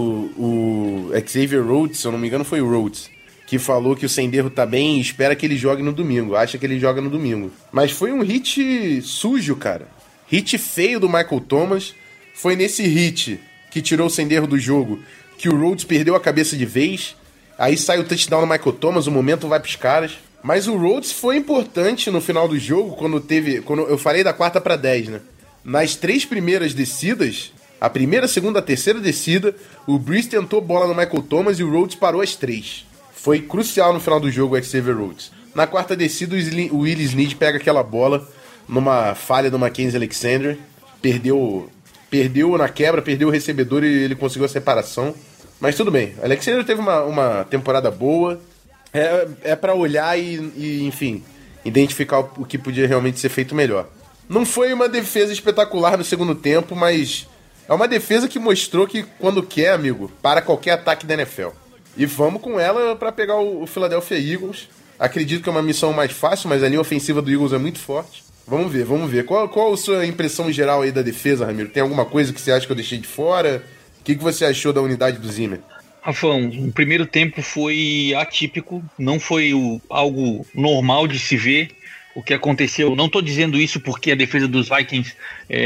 o Xavier Rhodes, se eu não me engano foi o Rhodes, que falou que o Sendejo tá bem e espera que ele jogue no domingo. Acha que ele joga no domingo. Mas foi um hit sujo, cara. Hit feio do Michael Thomas. Foi nesse hit que tirou o Sendejo do jogo que o Rhodes perdeu a cabeça de vez. Aí sai o touchdown do Michael Thomas, o momento vai pros caras. Mas o Rhodes foi importante no final do jogo, quando teve... Quando eu falei da quarta pra dez, né? Nas três primeiras descidas, a primeira, a segunda, a terceira descida, o Brees tentou bola no Michael Thomas e o Rhodes parou as três. Foi crucial no final do jogo o Xavier Rhodes. Na quarta descida, o Willie Snead pega aquela bola numa falha do Mackenzie Alexander. Perdeu, perdeu na quebra, perdeu o recebedor e ele conseguiu a separação. Mas tudo bem. O Alexander teve uma, uma temporada boa. É, é pra olhar e, e, enfim, identificar o, o que podia realmente ser feito melhor. Não foi uma defesa espetacular no segundo tempo, mas é uma defesa que mostrou que quando quer, amigo, para qualquer ataque da N F L. E vamos com ela para pegar o, o Philadelphia Eagles. Acredito que é uma missão mais fácil, mas a linha ofensiva do Eagles é muito forte. Vamos ver, vamos ver. Qual, qual a sua impressão geral aí da defesa, Ramiro? Tem alguma coisa que você acha que eu deixei de fora? O que, que você achou da unidade do Zimmer? Rafão, o primeiro tempo foi atípico, não foi o, algo normal de se ver o que aconteceu. Não estou dizendo isso porque a defesa dos Vikings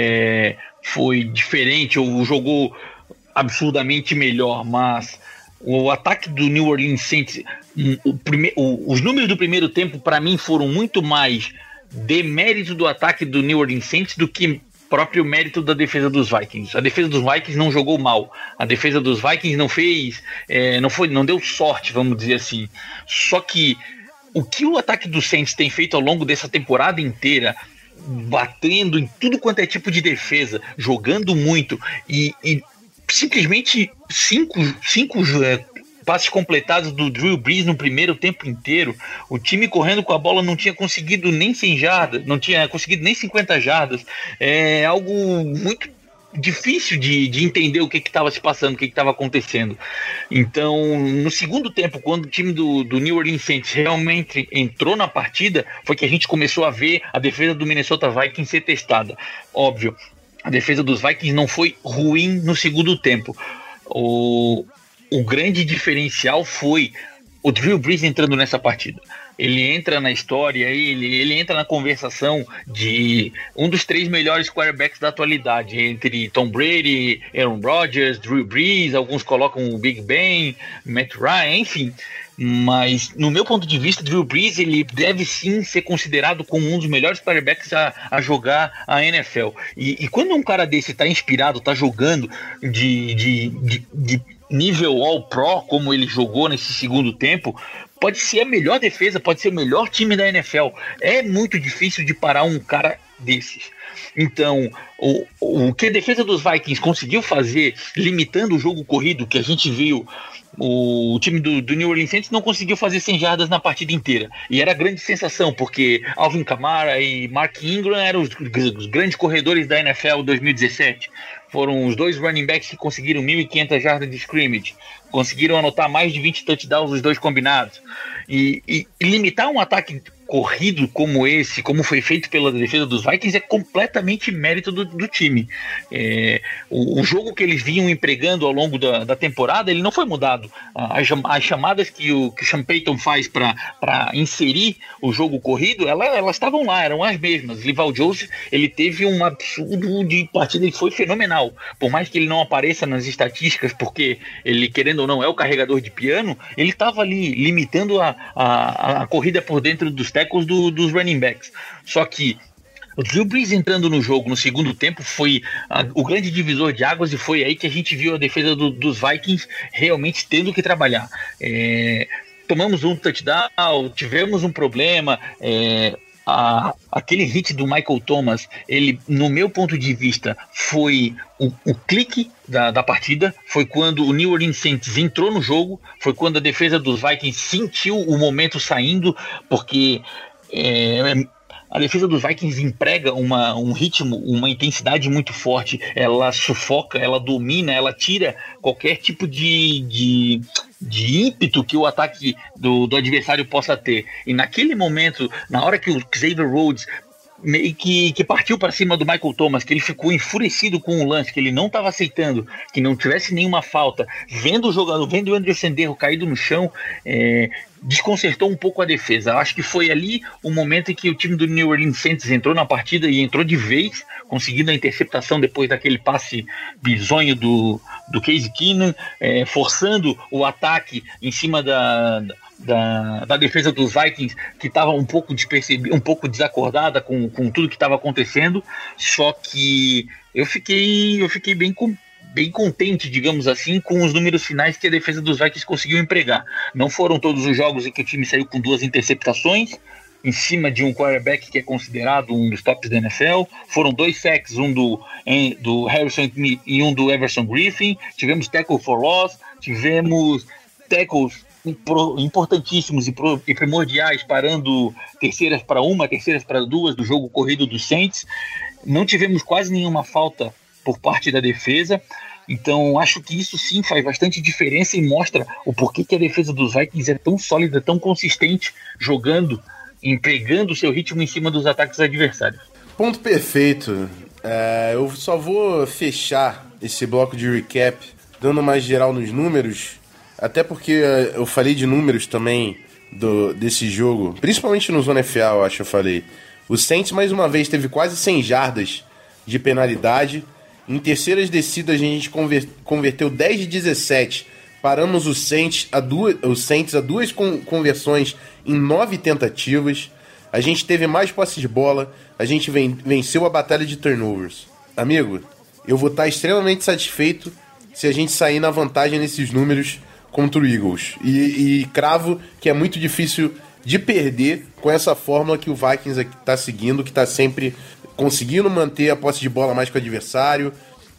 é, foi diferente ou jogou absurdamente melhor, mas o ataque do New Orleans Saints, o prime, o, os números do primeiro tempo para mim foram muito mais demérito do ataque do New Orleans Saints do que próprio mérito da defesa dos Vikings. A defesa dos Vikings não jogou mal. A defesa dos Vikings não fez, é, não foi, não deu sorte, vamos dizer assim. Só que o que o ataque dos Saints tem feito ao longo dessa temporada inteira, batendo em tudo quanto é tipo de defesa, jogando muito e, e simplesmente cinco, cinco é, passes completados do Drew Brees no primeiro tempo inteiro. O time correndo com a bola não tinha conseguido nem cem jardas, não tinha conseguido nem cinquenta jardas. É algo muito difícil de, de entender o que estava se passando, o que estava acontecendo. Então, no segundo tempo, quando o time do, do New Orleans Saints realmente entrou na partida, foi que a gente começou a ver a defesa do Minnesota Vikings ser testada. Óbvio, a defesa dos Vikings não foi ruim no segundo tempo. O O grande diferencial foi o Drew Brees entrando nessa partida. Ele entra na história, ele, ele entra na conversação de um dos três melhores quarterbacks da atualidade, entre Tom Brady, Aaron Rodgers, Drew Brees, alguns colocam o Big Ben, Matt Ryan, enfim. Mas, no meu ponto de vista, Drew Brees ele deve sim ser considerado como um dos melhores quarterbacks a, a jogar a N F L. E, e quando um cara desse está inspirado, está jogando de, de, de, de nível All-Pro, como ele jogou nesse segundo tempo, pode ser a melhor defesa, pode ser o melhor time da N F L. É muito difícil de parar um cara desses. Então, o, o que a defesa dos Vikings conseguiu fazer, limitando o jogo corrido, que a gente viu, o time do, do New Orleans Saints não conseguiu fazer cem jardas na partida inteira. E era grande sensação, porque Alvin Kamara e Mark Ingram eram os, os grandes corredores da N F L dois mil e dezessete. Foram os dois running backs que conseguiram mil e quinhentas jardas de scrimmage. Conseguiram anotar mais de vinte touchdowns os dois combinados. E, e, e limitar um ataque corrido como esse, como foi feito pela defesa dos Vikings, é completamente mérito do, do time. É, o, o jogo que eles vinham empregando ao longo da, da temporada, ele não foi mudado. As, as chamadas que o, que o Sean Payton faz para inserir o jogo corrido, ela, elas estavam lá, eram as mesmas. Linval Joseph, ele teve um absurdo de partida, ele foi fenomenal. Por mais que ele não apareça nas estatísticas, porque ele, querendo ou não, é o carregador de piano, ele estava ali limitando a, a, a corrida por dentro dos tackles do, dos running backs. Só que o Drew Brees entrando no jogo no segundo tempo foi a, o grande divisor de águas, e foi aí que a gente viu a defesa do, dos Vikings realmente tendo que trabalhar. É, tomamos um touchdown, tivemos um problema, é, a, aquele hit do Michael Thomas, ele, no meu ponto de vista, foi o, o clique da, da partida, foi quando o New Orleans Saints entrou no jogo, foi quando a defesa dos Vikings sentiu o momento saindo, porque é, a defesa dos Vikings emprega uma, um ritmo, uma intensidade muito forte, ela sufoca, ela domina, ela tira qualquer tipo de... de de ímpeto que o ataque do, do adversário possa ter. E naquele momento, na hora que o Xavier Rhodes meio que, que partiu para cima do Michael Thomas, que ele ficou enfurecido com o lance, que ele não estava aceitando, que não tivesse nenhuma falta, vendo o jogador, vendo o Andrew Sendejo caído no chão, é, desconcertou um pouco a defesa. Eu acho que foi ali o momento em que o time do New Orleans Saints entrou na partida, e entrou de vez, conseguindo a interceptação depois daquele passe bizonho do, do Case Keenum, é, forçando o ataque em cima da, da, da defesa dos Vikings, que estava um pouco despercebida, um pouco desacordada com, com tudo que estava acontecendo. Só que eu fiquei, eu fiquei bem com bem contente, digamos assim, com os números finais que a defesa dos Vikings conseguiu empregar. Não foram todos os jogos em que o time saiu com duas interceptações em cima de um quarterback que é considerado um dos tops da N F L. Foram dois sacks, um do, do Harrison Smith e um do Everson Griffin. Tivemos tackle for loss, tivemos tackles importantíssimos e primordiais, parando terceiras para uma, terceiras para duas do jogo corrido dos Saints. Não tivemos quase nenhuma falta por parte da defesa. Então acho que isso sim faz bastante diferença e mostra o porquê que a defesa dos Vikings é tão sólida, tão consistente, jogando, empregando o seu ritmo em cima dos ataques adversários. Ponto perfeito. É, eu só vou fechar esse bloco de recap dando mais geral nos números, até porque eu falei de números também do, desse jogo, principalmente no Zona F A, eu acho que eu falei. O Saints mais uma vez teve quase cem jardas de penalidade. Em terceiras descidas a gente conver, converteu dez de dezessete. Paramos os Saints a duas, os Saints a duas con, conversões em nove tentativas. A gente teve mais posse de bola. A gente ven, venceu a batalha de turnovers. Amigo, eu vou estar extremamente satisfeito se a gente sair na vantagem nesses números contra o Eagles. E, e cravo que é muito difícil de perder com essa fórmula que o Vikings está seguindo, que está sempre conseguindo manter a posse de bola mais que o adversário,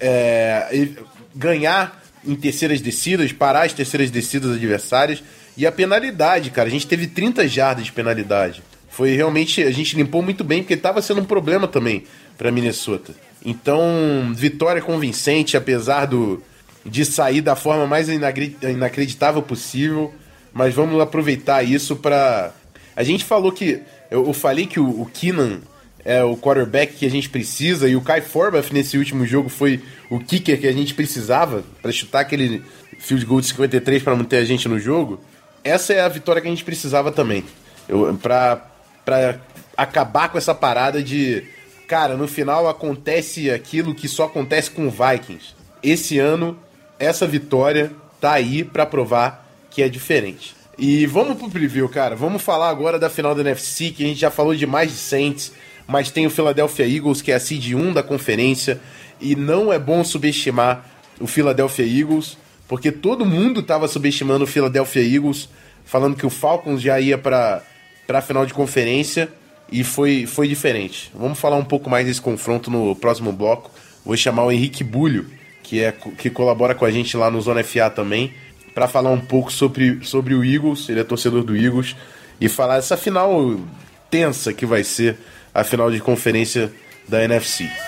é, ganhar em terceiras descidas, parar as terceiras descidas adversárias. E a penalidade, cara, a gente teve trinta jardas de penalidade. Foi realmente, a gente limpou muito bem, porque estava sendo um problema também para Minnesota. Então, vitória convincente, apesar do, de sair da forma mais inacreditável possível. Mas vamos aproveitar isso para... A gente falou que... Eu, eu falei que o, o Keenan é o quarterback que a gente precisa, e o Kai Forbath nesse último jogo foi o kicker que a gente precisava para chutar aquele field goal de cinquenta e três para manter a gente no jogo. Essa é a vitória que a gente precisava também, para para acabar com essa parada de, cara, no final acontece aquilo que só acontece com o Vikings. Esse ano, essa vitória tá aí para provar que é diferente. E vamos pro preview, cara. Vamos falar agora da final da N F C, que a gente já falou demais de Saints, mas tem o Philadelphia Eagles, que é a seed um da conferência, e não é bom subestimar o Philadelphia Eagles, porque todo mundo estava subestimando o Philadelphia Eagles, falando que o Falcons já ia para a final de conferência, e foi, foi diferente. Vamos falar um pouco mais desse confronto no próximo bloco. Vou chamar o Henrique Bulho, que, é, que colabora com a gente lá no Zona F A também, para falar um pouco sobre, sobre o Eagles. Ele é torcedor do Eagles, e falar essa final tensa que vai ser a final de conferência da N F C.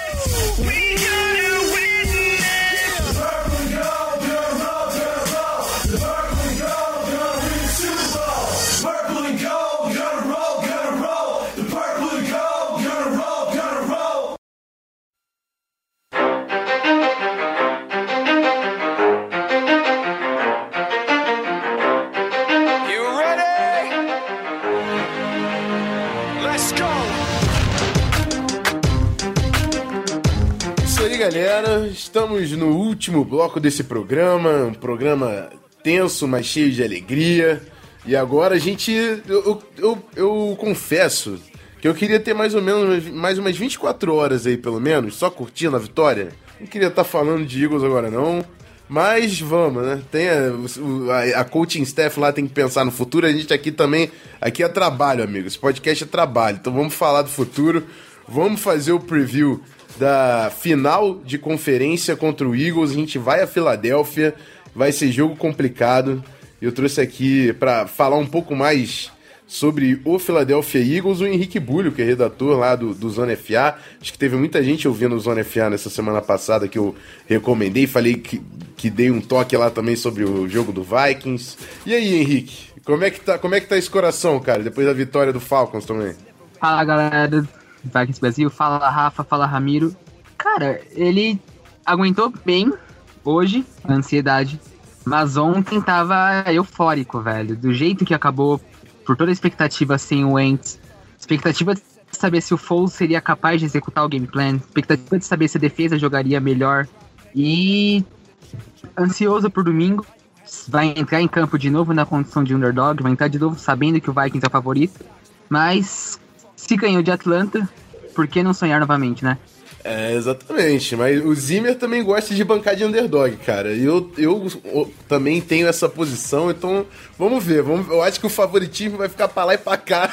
galera, estamos no último bloco desse programa, um programa tenso, mas cheio de alegria. E agora a gente, eu, eu, eu confesso que eu queria ter mais ou menos mais umas vinte e quatro horas aí, pelo menos, só curtindo a vitória. Não queria estar falando de Eagles agora não, mas vamos, né? Tem a, a, a coaching staff lá tem que pensar no futuro, a gente aqui também, aqui é trabalho, amigos, esse podcast é trabalho, então vamos falar do futuro, vamos fazer o preview da final de conferência contra o Eagles. A gente vai a Filadélfia, vai ser jogo complicado. Eu trouxe aqui para falar um pouco mais sobre o Philadelphia Eagles o Henrique Bulho, que é redator lá do, do Zona F A. Acho que teve muita gente ouvindo o Zona F A nessa semana passada que eu recomendei, falei que, que dei um toque lá também sobre o jogo do Vikings. E aí, Henrique, como é que tá, como é que tá esse coração, cara, depois da vitória do Falcons também? Fala, galera Vikings Brasil, fala Rafa, fala Ramiro. Cara, ele aguentou bem hoje a ansiedade, mas ontem tava eufórico, velho. Do jeito que acabou, por toda a expectativa sem o Wentz, expectativa de saber se o Foles seria capaz de executar o game plan, expectativa de saber se a defesa jogaria melhor, e ansioso por domingo, vai entrar em campo de novo na condição de underdog, vai entrar de novo sabendo que o Vikings é o favorito, mas se ganhou de Atlanta, por que não sonhar novamente, né? É, exatamente, mas o Zimmer também gosta de bancar de underdog, cara, e eu, eu, eu também tenho essa posição, então vamos ver, vamos, eu acho que o favoritismo vai ficar pra lá e pra cá,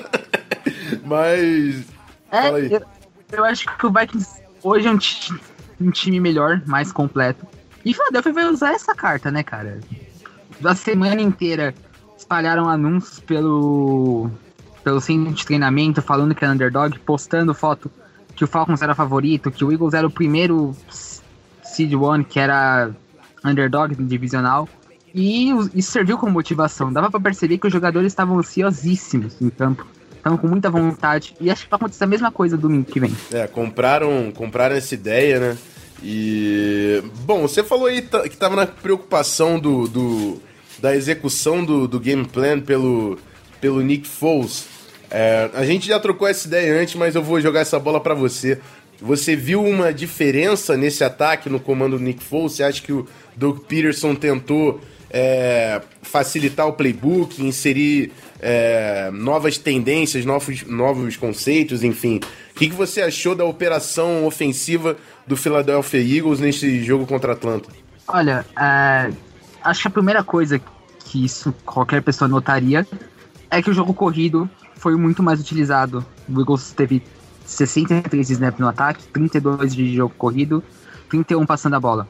mas... É, fala aí. Eu, eu acho que o Vikings hoje é um, ti, um time melhor, mais completo, e o Philadelphia vai usar essa carta, né, cara? A semana inteira espalharam anúncios pelo... pelo centro de treinamento, falando que era underdog, postando foto que o Falcons era favorito, que o Eagles era o primeiro seed one, que era underdog divisional, e isso serviu como motivação. Dava pra perceber que os jogadores estavam ansiosíssimos em campo, estavam com muita vontade, e acho que vai acontecer a mesma coisa domingo que vem. É, compraram, compraram essa ideia, né? E... bom, você falou aí que tava na preocupação do, do, da execução do, do game plan pelo, pelo Nick Foles. É, a gente já trocou essa ideia antes, mas eu vou jogar essa bola pra você. Você viu uma diferença nesse ataque no comando do Nick Foles? Você acha que o Doug Peterson tentou é, facilitar o playbook, inserir é, novas tendências, novos, novos conceitos, enfim? O que, que você achou da operação ofensiva do Philadelphia Eagles nesse jogo contra a Atlanta? Olha, é, acho que a primeira coisa que isso qualquer pessoa notaria é que o jogo corrido foi muito mais utilizado. O Eagles teve sessenta e três snaps no ataque, trinta e dois de jogo corrido, trinta e um passando a bola.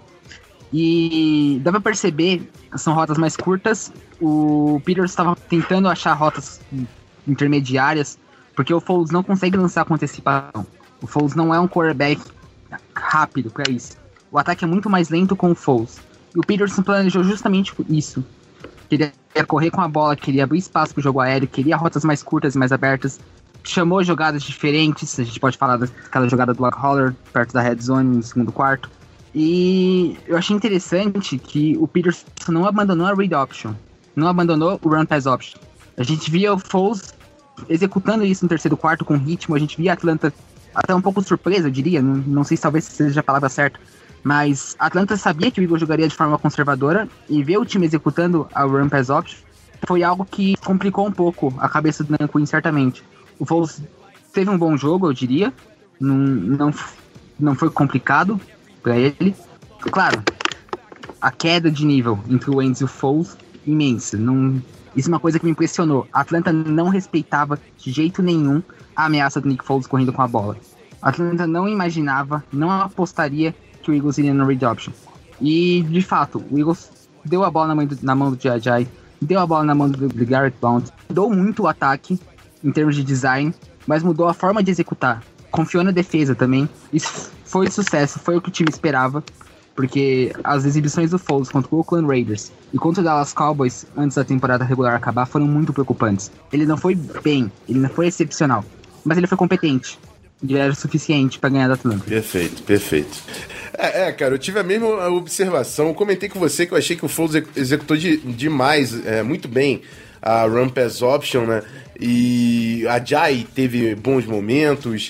E dá pra perceber, são rotas mais curtas. O Peters estava tentando achar rotas intermediárias, porque o Foles não consegue lançar com antecipação. O Foles não é um quarterback rápido pra isso. O ataque é muito mais lento com o Foles. E o Peterson planejou justamente isso. Queria correr com a bola, queria abrir espaço pro jogo aéreo, queria rotas mais curtas e mais abertas. Chamou jogadas diferentes, a gente pode falar daquela jogada do Lock Holler perto da red zone no segundo quarto. E eu achei interessante que o Peterson não abandonou a read option, não abandonou o run pass option. A gente via o Foles executando isso no terceiro quarto com ritmo, a gente via a Atlanta até um pouco surpresa, eu diria, não, não sei se talvez seja a palavra certa, mas a Atlanta sabia que o Eagles jogaria de forma conservadora e ver o time executando a run pass option foi algo que complicou um pouco a cabeça do Dan Quinn, certamente. O Foles teve um bom jogo, eu diria, não, não, não foi complicado para ele. Claro, a queda de nível entre o Wentz e o Foles, imensa. Não, isso é uma coisa que me impressionou. A Atlanta não respeitava de jeito nenhum a ameaça do Nick Foles correndo com a bola. A Atlanta não imaginava, não apostaria que o Eagles iria no read option. E, de fato, o Eagles deu a bola na mão do, na mão do J J, deu a bola na mão do Garrett Blount, mudou muito o ataque em termos de design, mas mudou a forma de executar. Confiou na defesa também. Isso foi sucesso, foi o que o time esperava, porque as exibições do Foles contra o Oakland Raiders e contra o Dallas Cowboys antes da temporada regular acabar foram muito preocupantes. Ele não foi bem, ele não foi excepcional, mas ele foi competente. E era o suficiente para ganhar da Atlanta. Perfeito, perfeito. É, é, cara, eu tive a mesma observação. Eu comentei com você que eu achei que o Foles executou de, demais, é, muito bem a run pass option, né? E a Jai teve bons momentos.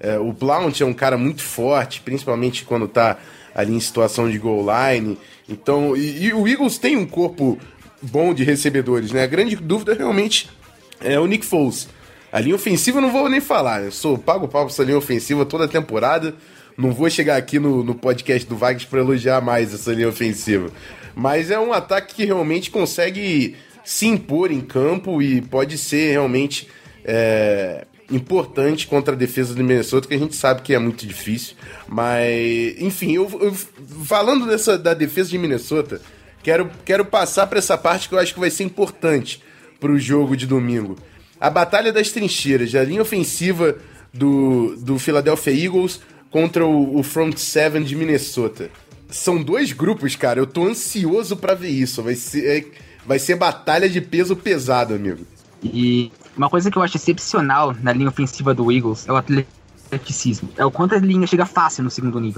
É, o Blount é um cara muito forte, principalmente quando tá ali em situação de goal line. Então, e, e o Eagles tem um corpo bom de recebedores, né? A grande dúvida realmente é o Nick Foles. A linha ofensiva eu não vou nem falar, eu sou pago pau pra essa linha ofensiva toda a temporada. Não vou chegar aqui no, no podcast do Vikings para elogiar mais essa linha ofensiva. Mas é um ataque que realmente consegue se impor em campo e pode ser realmente é, importante contra a defesa do Minnesota, que a gente sabe que é muito difícil. Mas, enfim, eu, eu falando dessa, da defesa de Minnesota, quero, quero passar para essa parte que eu acho que vai ser importante para o jogo de domingo. A batalha das trincheiras, a linha ofensiva do, do Philadelphia Eagles contra o, o front seven de Minnesota. São dois grupos, cara, eu tô ansioso pra ver isso. Vai ser, é, vai ser batalha de peso pesado, amigo. E uma coisa que eu acho excepcional na linha ofensiva do Eagles é o atleticismo. É o quanto a linha chega fácil no segundo nível.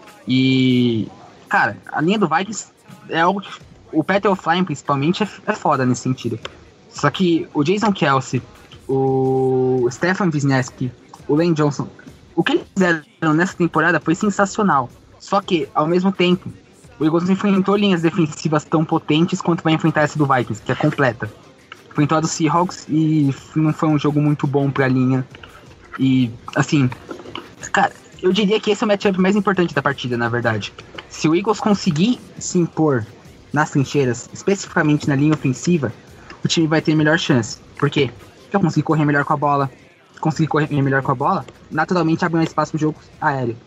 E, cara, a linha do Vikings é algo que o Pat Elflein, principalmente, é, é foda nesse sentido. Só que o Jason Kelce, o Stefan Wisniewski, o Lane Johnson, o que eles fizeram nessa temporada foi sensacional. Só que, ao mesmo tempo, o Eagles não enfrentou linhas defensivas tão potentes quanto vai enfrentar essa do Vikings, que é completa. Enfrentou a do Seahawks e não foi um jogo muito bom pra linha. E, assim, cara, eu diria que esse é o matchup mais importante da partida, na verdade. Se o Eagles conseguir se impor nas trincheiras, especificamente na linha ofensiva, o time vai ter melhor chance. Por quê? Porque eu consegui correr melhor com a bola. Conseguir correr melhor com a bola, naturalmente abre um espaço pro jogo aéreo.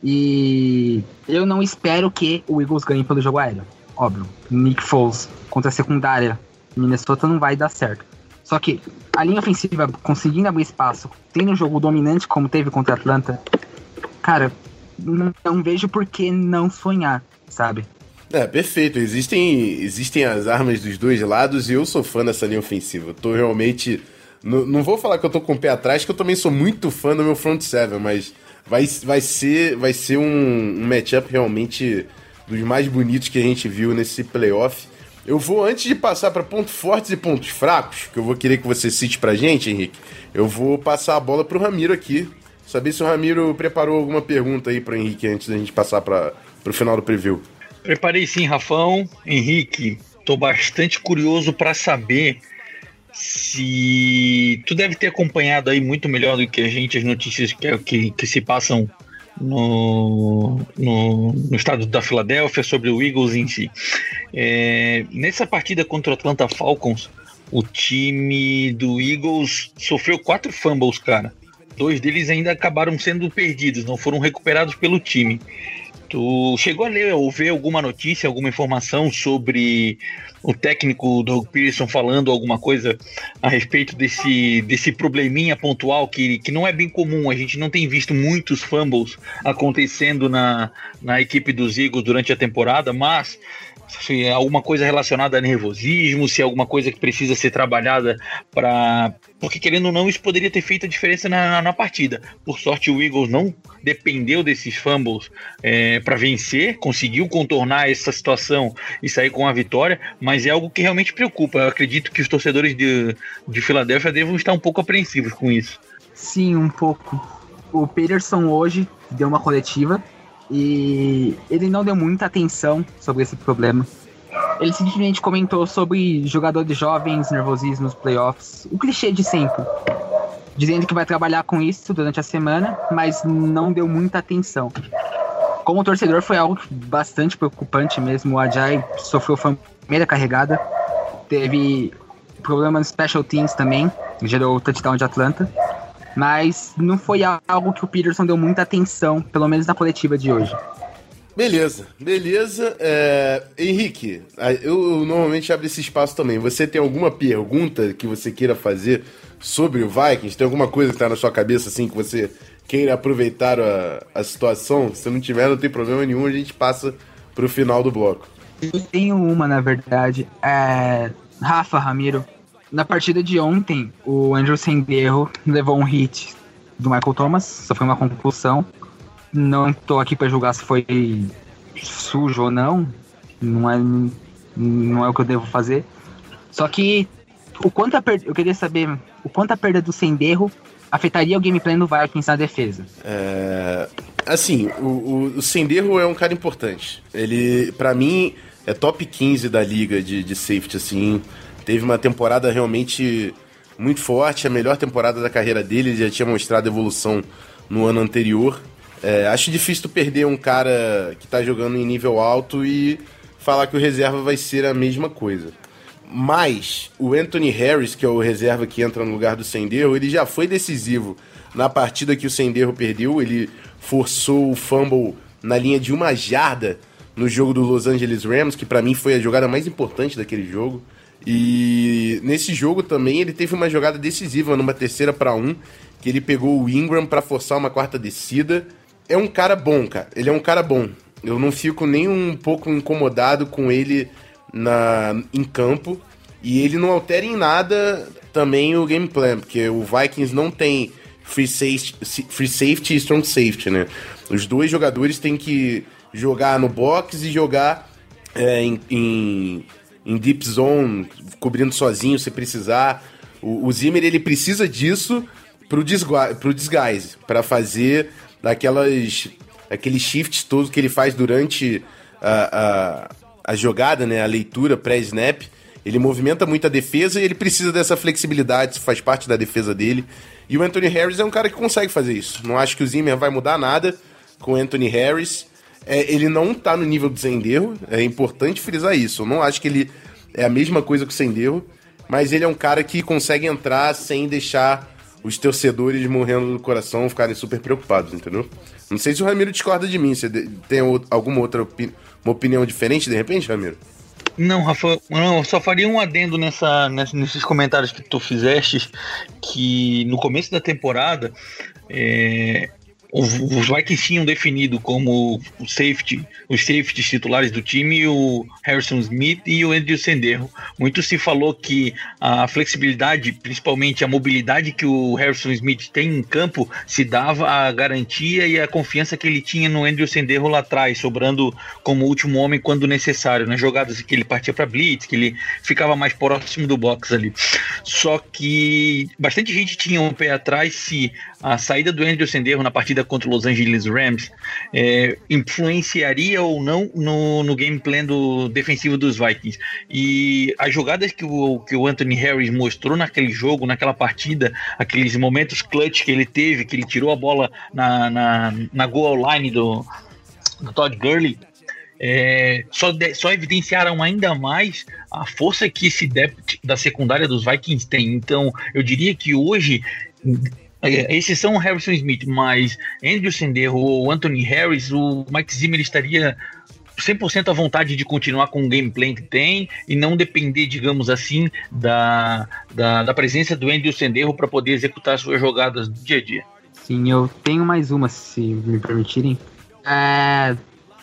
E eu não espero que o Eagles ganhe pelo jogo aéreo. Óbvio, Nick Foles contra a secundária, Minnesota não vai dar certo. Só que a linha ofensiva conseguindo abrir espaço, tendo um jogo dominante como teve contra a Atlanta, cara, não, não vejo por que não sonhar, sabe? É, perfeito. Existem, existem as armas dos dois lados e eu sou fã dessa linha ofensiva. Eu tô realmente... Não, não vou falar que eu tô com o pé atrás, que eu também sou muito fã do meu front seven, mas vai, vai ser, vai ser um, um matchup realmente dos mais bonitos que a gente viu nesse playoff. Eu vou, antes de passar para pontos fortes e pontos fracos, que eu vou querer que você cite pra gente, Henrique, eu vou passar a bola pro Ramiro aqui, saber se o Ramiro preparou alguma pergunta aí pro Henrique antes da gente passar para pro final do preview. Preparei sim, Rafão. Henrique, tô bastante curioso para saber se tu deve ter acompanhado aí muito melhor do que a gente as notícias que, que, que se passam no, no, no estado da Filadélfia sobre o Eagles em si. É, nessa partida contra o Atlanta Falcons, o time do Eagles sofreu quatro fumbles, cara. Dois deles ainda acabaram sendo perdidos, não foram recuperados pelo time. Tu chegou a ler ou ver alguma notícia, alguma informação sobre o técnico Doug Peterson falando alguma coisa a respeito desse, desse probleminha pontual que, que não é bem comum? A gente não tem visto muitos fumbles acontecendo na, na equipe dos Eagles durante a temporada, mas se é alguma coisa relacionada a nervosismo, se é alguma coisa que precisa ser trabalhada para... Porque, querendo ou não, isso poderia ter feito a diferença na, na, na partida. Por sorte, o Eagles não dependeu desses fumbles é, para vencer, conseguiu contornar essa situação e sair com a vitória, mas é algo que realmente preocupa. Eu acredito que os torcedores de, de Filadélfia devam estar um pouco apreensivos com isso. Sim, um pouco. O Peterson hoje deu uma coletiva e ele não deu muita atenção sobre esse problema. Ele simplesmente comentou sobre jogadores jovens, nervosismo nos playoffs, o clichê de sempre, dizendo que vai trabalhar com isso durante a semana, mas não deu muita atenção. Como torcedor foi algo bastante preocupante mesmo. O Ajay sofreu a primeira carregada, teve problema no special teams também, gerou o touchdown de Atlanta, mas não foi algo que o Peterson deu muita atenção, pelo menos na coletiva de hoje. Beleza, beleza. É, Henrique, eu, eu normalmente abro esse espaço também. Você tem alguma pergunta que você queira fazer sobre o Vikings? Tem alguma coisa que tá na sua cabeça assim que você queira aproveitar a, a situação? Se não tiver, não tem problema nenhum, a gente passa pro final do bloco. Eu tenho uma, na verdade. É... Rafa, Ramiro, na partida de ontem, o Andrew Sendejo levou um hit do Michael Thomas, só foi uma concussão. Não tô aqui para julgar se foi sujo ou não, não é, não é o que eu devo fazer. Só que o quanto a per... eu queria saber o quanto a perda do Sendejo afetaria o gameplay do Vikings na defesa? É, assim, o, o, o Sendejo é um cara importante. Ele, pra mim, é top quinze da liga de, de safety, assim. Teve uma temporada realmente muito forte, a melhor temporada da carreira dele. Ele já tinha mostrado evolução no ano anterior. É, acho difícil tu perder um cara que tá jogando em nível alto e falar que o reserva vai ser a mesma coisa. Mas o Anthony Harris, que é o reserva que entra no lugar do Sendejo, ele já foi decisivo na partida que o Sendejo perdeu. Ele forçou o fumble na linha de uma jarda no jogo do Los Angeles Rams, que pra mim foi a jogada mais importante daquele jogo. E nesse jogo também ele teve uma jogada decisiva numa terceira para um, que ele pegou o Ingram para forçar uma quarta descida. É um cara bom, cara. Ele é um cara bom. Eu não fico nem um pouco incomodado com ele na, em campo. E ele não altera em nada também o game plan, porque o Vikings não tem free safety, free safety e strong safety, né? Os dois jogadores têm que jogar no box e jogar é, em, em, em deep zone, cobrindo sozinho se precisar. O, o Zimmer, ele precisa disso pro, disgu- pro disguise, para fazer aquelas, aqueles shifts todos que ele faz durante a, a, a jogada, né? A leitura pré-snap. Ele movimenta muito a defesa e ele precisa dessa flexibilidade, isso faz parte da defesa dele. E o Anthony Harris é um cara que consegue fazer isso. Não acho que o Zimmer vai mudar nada com o Anthony Harris. É, ele não tá no nível do Sendejo, é importante frisar isso. Eu não acho que ele é a mesma coisa que o Sendejo, mas ele é um cara que consegue entrar sem deixar os torcedores morrendo do coração, ficarem super preocupados, entendeu? Não sei se o Ramiro discorda de mim. Você tem alguma outra opini- uma opinião diferente, de repente, Ramiro? Não, Rafa, não, eu só faria um adendo nessa, nessa, nesses comentários que tu fizeste, que no começo da temporada, é, os, os Vikings tinham definido como o safety, os safeties titulares do time, o Harrison Smith e o Andrew Sendejo. Muito se falou que a flexibilidade, principalmente a mobilidade que o Harrison Smith tem em campo, se dava a garantia e a confiança que ele tinha no Andrew Sendejo lá atrás, sobrando como último homem quando necessário, nas jogadas que ele partia para blitz, que ele ficava mais próximo do box ali. Só que bastante gente tinha um pé atrás se a saída do Andrew Sendejo na partida contra o Los Angeles Rams é, influenciaria ou não no, no game plan do defensivo dos Vikings. E as jogadas que o, que o Anthony Harris mostrou naquele jogo, naquela partida, aqueles momentos clutch que ele teve, que ele tirou a bola na, na, na goal line do, do Todd Gurley, É, só, de, só evidenciaram ainda mais a força que esse depth da secundária dos Vikings tem. Então, eu diria que hoje, é, exceção o Harrison Smith, mas Andrew Sendejo ou Anthony Harris, o Mike Zimmer estaria cem por cento à vontade de continuar com o gameplay que tem e não depender, digamos assim, da, da, da presença do Andrew Sendejo para poder executar suas jogadas do dia a dia. Sim, eu tenho mais uma, se me permitirem. É...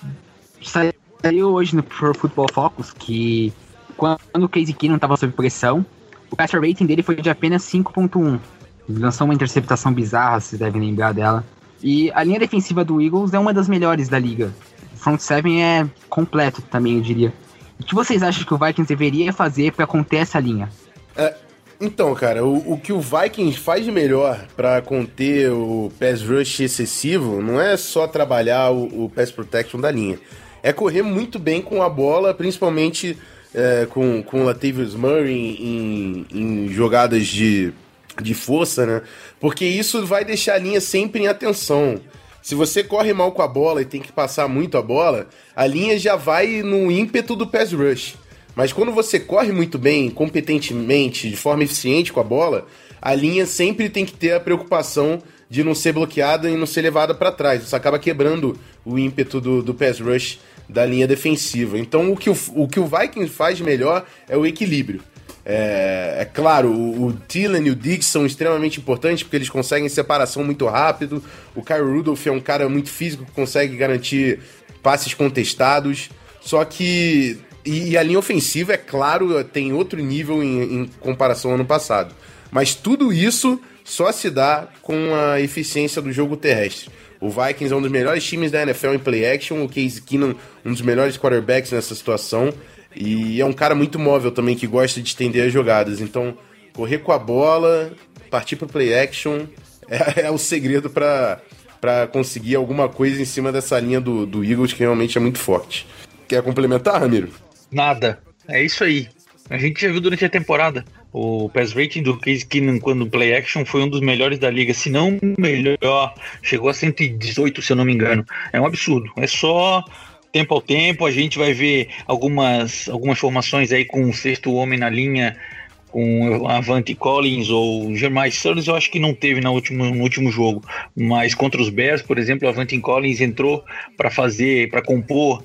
Saiu hoje no Pro Football Focus que quando o Case Keenum estava sob pressão, o passer rating dele foi de apenas cinco ponto um. Ele lançou uma interceptação bizarra, vocês devem lembrar dela. E a linha defensiva do Eagles é uma das melhores da liga. O front seven é completo também, eu diria. O que vocês acham que o Vikings deveria fazer para conter essa linha? É, então, cara, o, o que o Vikings faz de melhor para conter o pass rush excessivo não é só trabalhar o, o pass protection da linha. É correr muito bem com a bola, principalmente é, com, com o Latavius Murray em, em jogadas de, de força, né? Porque isso vai deixar a linha sempre em atenção. Se você corre mal com a bola e tem que passar muito a bola, a linha já vai no ímpeto do pass rush. Mas quando você corre muito bem, competentemente, de forma eficiente com a bola, a linha sempre tem que ter a preocupação de não ser bloqueada e não ser levada para trás. Isso acaba quebrando o ímpeto do, do pass rush da linha defensiva. Então o que o, o que o Vikings faz melhor é o equilíbrio. É, é claro, o, o Thielen e o Diggs são extremamente importantes porque eles conseguem separação muito rápido. O Kyle Rudolph é um cara muito físico que consegue garantir passes contestados. Só que... E a linha ofensiva, é claro, tem outro nível em, em comparação ao ano passado. Mas tudo isso só se dá com a eficiência do jogo terrestre. O Vikings é um dos melhores times da N F L em play action, o Case Keenum um dos melhores quarterbacks nessa situação, e é um cara muito móvel também, que gosta de estender as jogadas. Então, correr com a bola, partir para play action, é, é o segredo para para conseguir alguma coisa em cima dessa linha do, do Eagles, que realmente é muito forte. Quer complementar, Ramiro? Nada. É isso aí. A gente já viu durante a temporada. O pass rating do Case Keenum quando play action foi um dos melhores da liga, se não o melhor. Chegou a cento e dezoito, se eu não me engano. É um absurdo. É só tempo ao tempo. A gente vai ver algumas, algumas formações aí com o sexto homem na linha, com Avante Collins ou Jeremiah Sirles. Eu acho que não teve no último, no último jogo. Mas contra os Bears, por exemplo, o Avante Collins entrou para fazer, para compor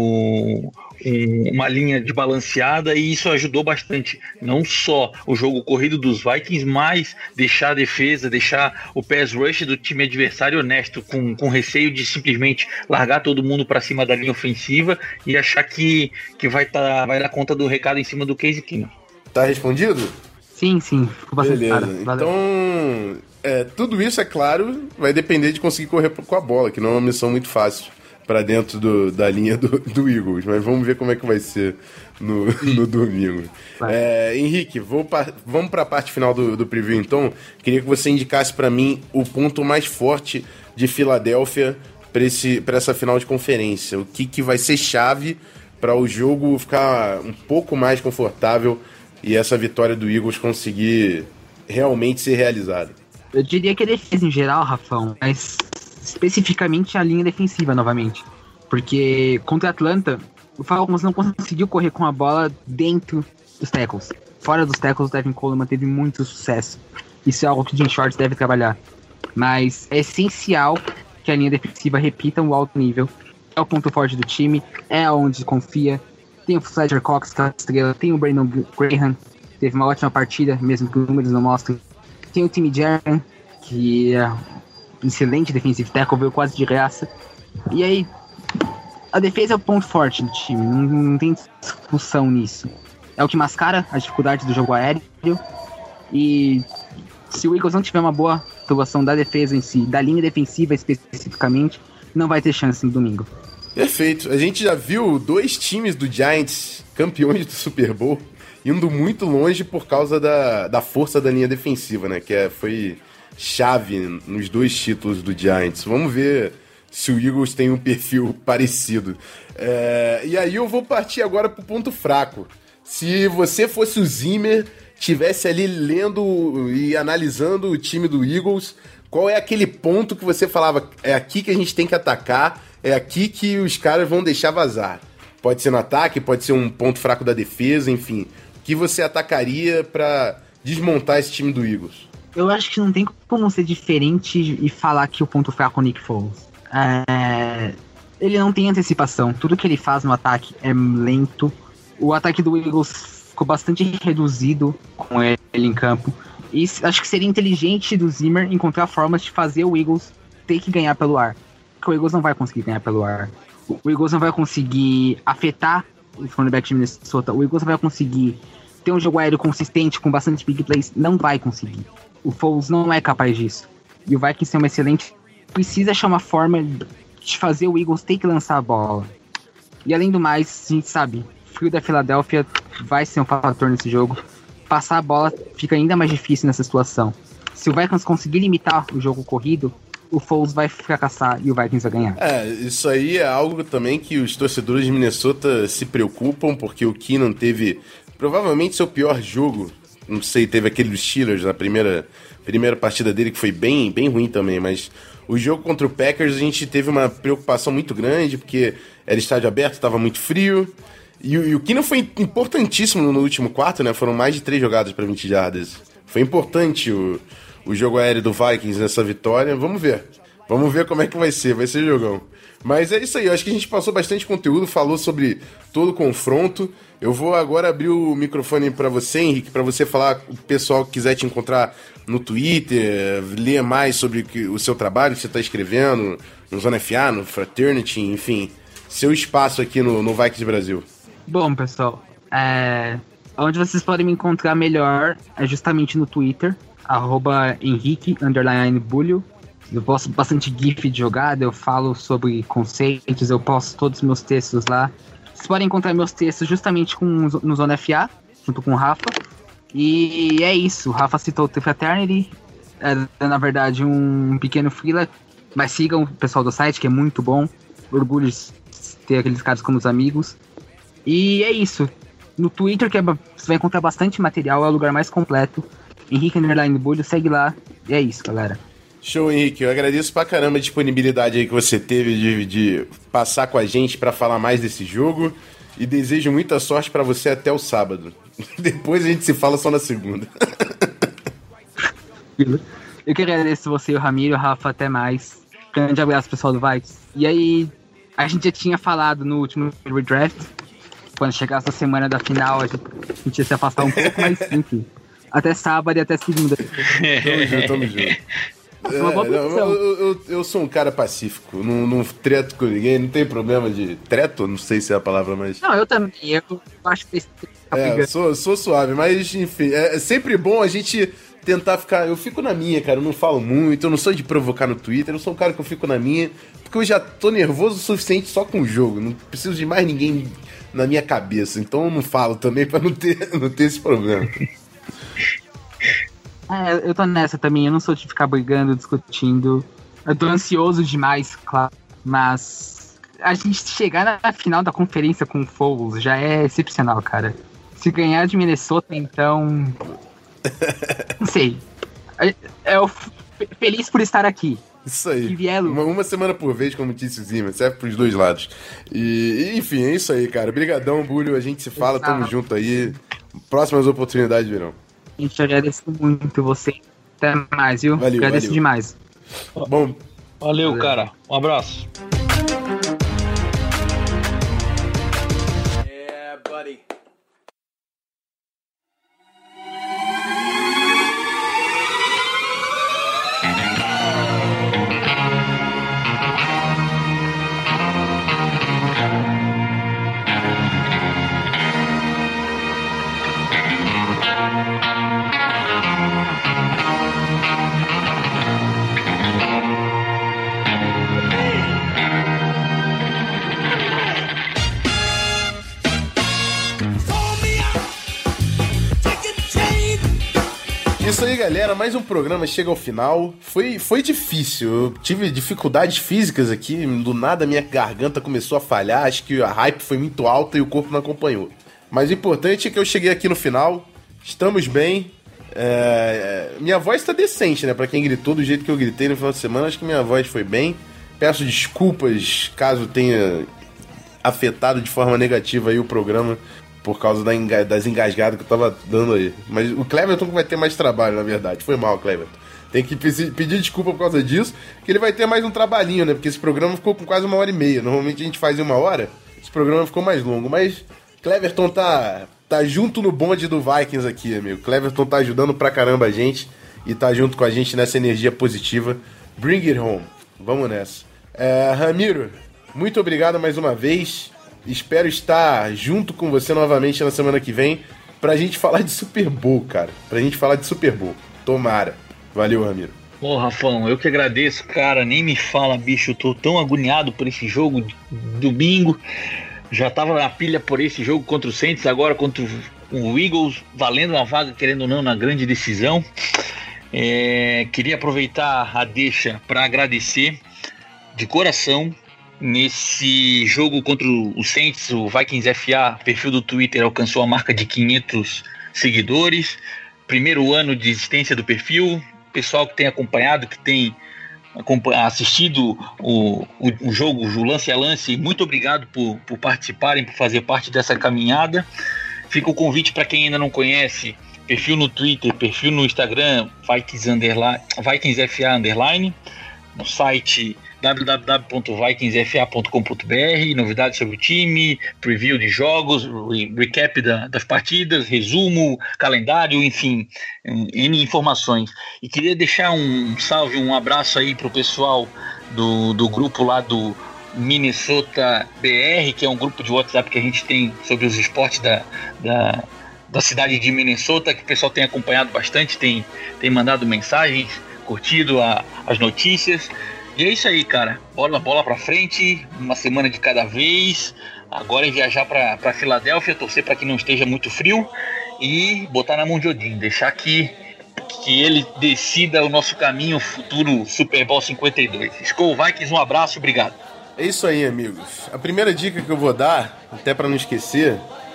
o... uma linha de balanceada, e isso ajudou bastante, não só o jogo corrido dos Vikings, mas deixar a defesa, deixar o pass rush do time adversário honesto, com, com receio de simplesmente largar todo mundo para cima da linha ofensiva e achar que, que vai, tá, vai dar conta do recado em cima do Case Keenum. Tá respondido? Sim, sim. Ficou bastante Beleza. Claro. Então, é, tudo isso, é claro, vai depender de conseguir correr com a bola, que não é uma missão muito fácil para dentro do, da linha do, do Eagles, mas vamos ver como é que vai ser no, no domingo. É, Henrique, vou pa, vamos para a parte final do, do preview, então. Queria que você indicasse para mim o ponto mais forte de Filadélfia para essa final de conferência. O que, que vai ser chave para o jogo ficar um pouco mais confortável e essa vitória do Eagles conseguir realmente ser realizada? Eu diria que a defesa em geral, Rafão, mas especificamente a linha defensiva novamente, porque contra a Atlanta o Falcons não conseguiu correr com a bola dentro dos tackles. Fora dos tackles, o Devin Coleman teve muito sucesso. Isso é algo que o Jim Schwartz deve trabalhar, mas é essencial que a linha defensiva repita um alto nível. É o ponto forte do time, é onde confia. Tem o Fletcher Cox, que é a estrela, tem o Brandon Graham, teve uma ótima partida, mesmo que os números não mostrem. Tem o Timmy Jerry, que é excelente defensive tackle, veio quase de graça. E aí, a defesa é o ponto forte do time, não, não tem discussão nisso. É o que mascara a dificuldade do jogo aéreo. E se o Eagles não tiver uma boa atuação da defesa em si, da linha defensiva especificamente, não vai ter chance no domingo. Perfeito. A gente já viu dois times do Giants campeões do Super Bowl indo muito longe por causa da, da força da linha defensiva, né? Que é, foi chave nos dois títulos do Giants. Vamos ver se o Eagles tem um perfil parecido. É, e aí eu vou partir agora pro ponto fraco. Se você fosse o Zimmer, tivesse ali lendo e analisando o time do Eagles, qual é aquele ponto que você falava, é aqui que a gente tem que atacar, é aqui que os caras vão deixar vazar? Pode ser no ataque, pode ser um ponto fraco da defesa, enfim. O que você atacaria para desmontar esse time do Eagles? Eu acho que não tem como ser diferente e falar que o ponto fraco é o Nick Foles. É... Ele não tem antecipação. Tudo que ele faz no ataque é lento. O ataque do Eagles ficou bastante reduzido com ele em campo. E acho que seria inteligente do Zimmer encontrar formas de fazer o Eagles ter que ganhar pelo ar. Porque o Eagles não vai conseguir ganhar pelo ar. O Eagles não vai conseguir afetar o cornerback de Minnesota. O Eagles não vai conseguir ter um jogo aéreo consistente com bastante big plays. Não vai conseguir. O Foles não é capaz disso. E o Vikings tem uma excelente... Precisa achar uma forma de fazer o Eagles ter que lançar a bola. E além do mais, a gente sabe, o frio da Filadélfia vai ser um fator nesse jogo. Passar a bola fica ainda mais difícil nessa situação. Se o Vikings conseguir limitar o jogo corrido, o Foles vai fracassar e o Vikings vai ganhar. É, isso aí é algo também que os torcedores de Minnesota se preocupam, porque o Keenum teve provavelmente seu pior jogo. Não sei, teve aquele dos Steelers na primeira, primeira partida dele, que foi bem, bem ruim também, mas o jogo contra o Packers a gente teve uma preocupação muito grande, porque era estádio aberto, estava muito frio, e, e o Keenum foi importantíssimo no último quarto, né? Foram mais de três jogadas para vinte jardas. Foi importante o, o jogo aéreo do Vikings nessa vitória. Vamos ver. Vamos ver como é que vai ser. Vai ser jogão. Mas é isso aí. Eu acho que a gente passou bastante conteúdo, falou sobre todo o confronto. Eu vou agora abrir o microfone para você, Henrique, para você falar, o pessoal que quiser te encontrar no Twitter, ler mais sobre o seu trabalho que você está escrevendo, no Zona F A, no Fraternity, enfim, seu espaço aqui no, no Vikings Brasil. Bom, pessoal, é... onde vocês podem me encontrar melhor é justamente no Twitter, arroba Henrique, underline Bulho. Eu posto bastante gif de jogada, eu falo sobre conceitos, eu posto todos os meus textos lá. Vocês podem encontrar meus textos justamente com, no Zona F A, junto com o Rafa. E é isso, o Rafa citou o The Fraternity, é, na verdade, um pequeno freela, mas sigam o pessoal do site, que é muito bom. Orgulho de ter aqueles caras como os amigos. E é isso. No Twitter, que é, você vai encontrar bastante material, é o lugar mais completo. Henrique Underline Bulho, segue lá. E é isso, galera. Show, Henrique. Eu agradeço pra caramba a disponibilidade aí que você teve de, de passar com a gente pra falar mais desse jogo. E desejo muita sorte pra você até o sábado. Depois a gente se fala só na segunda. Eu que agradeço você, o Ramiro, o Rafa, até mais. Grande abraço, pessoal do Vikes. E aí, a gente já tinha falado no último redraft. Quando chegasse a semana da final, a gente, a gente ia se afastar um pouco, mas enfim. Até sábado e até segunda. Tamo junto, tamo junto. É, não, eu, eu, eu sou um cara pacífico, não, não treto com ninguém, não tem problema de treto, não sei se é a palavra, mas... Não, eu também, eu acho que... É, eu sou, sou suave, mas enfim, é sempre bom a gente tentar ficar... Eu fico na minha, cara, eu não falo muito, eu não sou de provocar no Twitter, eu sou um cara que eu fico na minha, porque eu já tô nervoso o suficiente só com o jogo, não preciso de mais ninguém na minha cabeça, então eu não falo também pra não ter, não ter esse problema. É, eu tô nessa também, eu não sou de ficar brigando, discutindo. Eu tô ansioso demais, claro. Mas a gente chegar na final da conferência com o Foles já é excepcional, cara. Se ganhar de Minnesota, então... Não sei. É o feliz por estar aqui. Isso aí. Uma, uma semana por vez, como disse o Zima, serve pros dois lados. E, enfim, é isso aí, cara. Obrigadão, Bulho. A gente se fala, tamo junto aí. Próximas oportunidades virão. A gente agradece muito você. Até mais, viu? Valeu, Agradeço valeu. demais. Bom, valeu, cara. Um abraço. Yeah, buddy. Isso aí, galera, mais um programa chega ao final. Foi, foi difícil, eu tive dificuldades físicas aqui, do nada minha garganta começou a falhar, acho que a hype foi muito alta e o corpo não acompanhou. Mas o importante é que eu cheguei aqui no final, estamos bem, é, minha voz tá decente, né, pra quem gritou do jeito que eu gritei no final de semana, acho que minha voz foi bem. Peço desculpas caso tenha afetado de forma negativa aí o programa, por causa da enga- das engasgadas que eu tava dando aí. Mas o Cleverton vai ter mais trabalho, na verdade. Foi mal, Cleverton. Tem que pe- pedir desculpa por causa disso, que ele vai ter mais um trabalhinho, né? Porque esse programa ficou com quase uma hora e meia. Normalmente a gente faz em uma hora, esse programa ficou mais longo. Mas Cleverton tá, tá junto no bonde do Vikings aqui, amigo. Cleverton tá ajudando pra caramba a gente e tá junto com a gente nessa energia positiva. Bring it home. Vamos nessa. É, Ramiro, muito obrigado mais uma vez. Espero estar junto com você novamente na semana que vem pra gente falar de Super Bowl, cara. Pra gente falar de Super Bowl. Tomara. Valeu, Ramiro. Ô, Rafão, eu que agradeço, cara. Nem me fala, bicho. Eu tô tão agoniado por esse jogo de domingo. Já tava na pilha por esse jogo contra o Saints, agora contra o Eagles, valendo uma vaga, querendo ou não, na grande decisão. É, queria aproveitar a deixa para agradecer de coração. Nesse jogo contra o Saints, o Vikings F A, perfil do Twitter, alcançou a marca de quinhentos seguidores. Primeiro ano de existência do perfil. Pessoal que tem acompanhado, que tem assistido o, o, o jogo, o lance a lance, muito obrigado por, por participarem, por fazer parte dessa caminhada. Fica o convite para quem ainda não conhece, perfil no Twitter, perfil no Instagram, Vikings, underline, Vikings F A underline, no site w w w ponto vikings f a ponto com ponto b r, novidades sobre o time, preview de jogos, re- recap da, das partidas, resumo, calendário, enfim, N informações. E queria deixar um salve, um abraço aí pro pessoal do, do grupo lá do Minnesota B R, que é um grupo de WhatsApp que a gente tem sobre os esportes da, da, da cidade de Minnesota, que o pessoal tem acompanhado bastante, tem, tem mandado mensagens, curtido a, as notícias. E é isso aí, cara. Bola, bola pra frente, uma semana de cada vez. Agora é viajar pra, pra Filadélfia, torcer pra que não esteja muito frio e botar na mão de Odin. Deixar que, que ele decida o nosso caminho futuro Super Bowl cinquenta e dois. Skol Vikings, um abraço, obrigado. É isso aí, amigos. A primeira dica que eu vou dar, até pra não esquecer,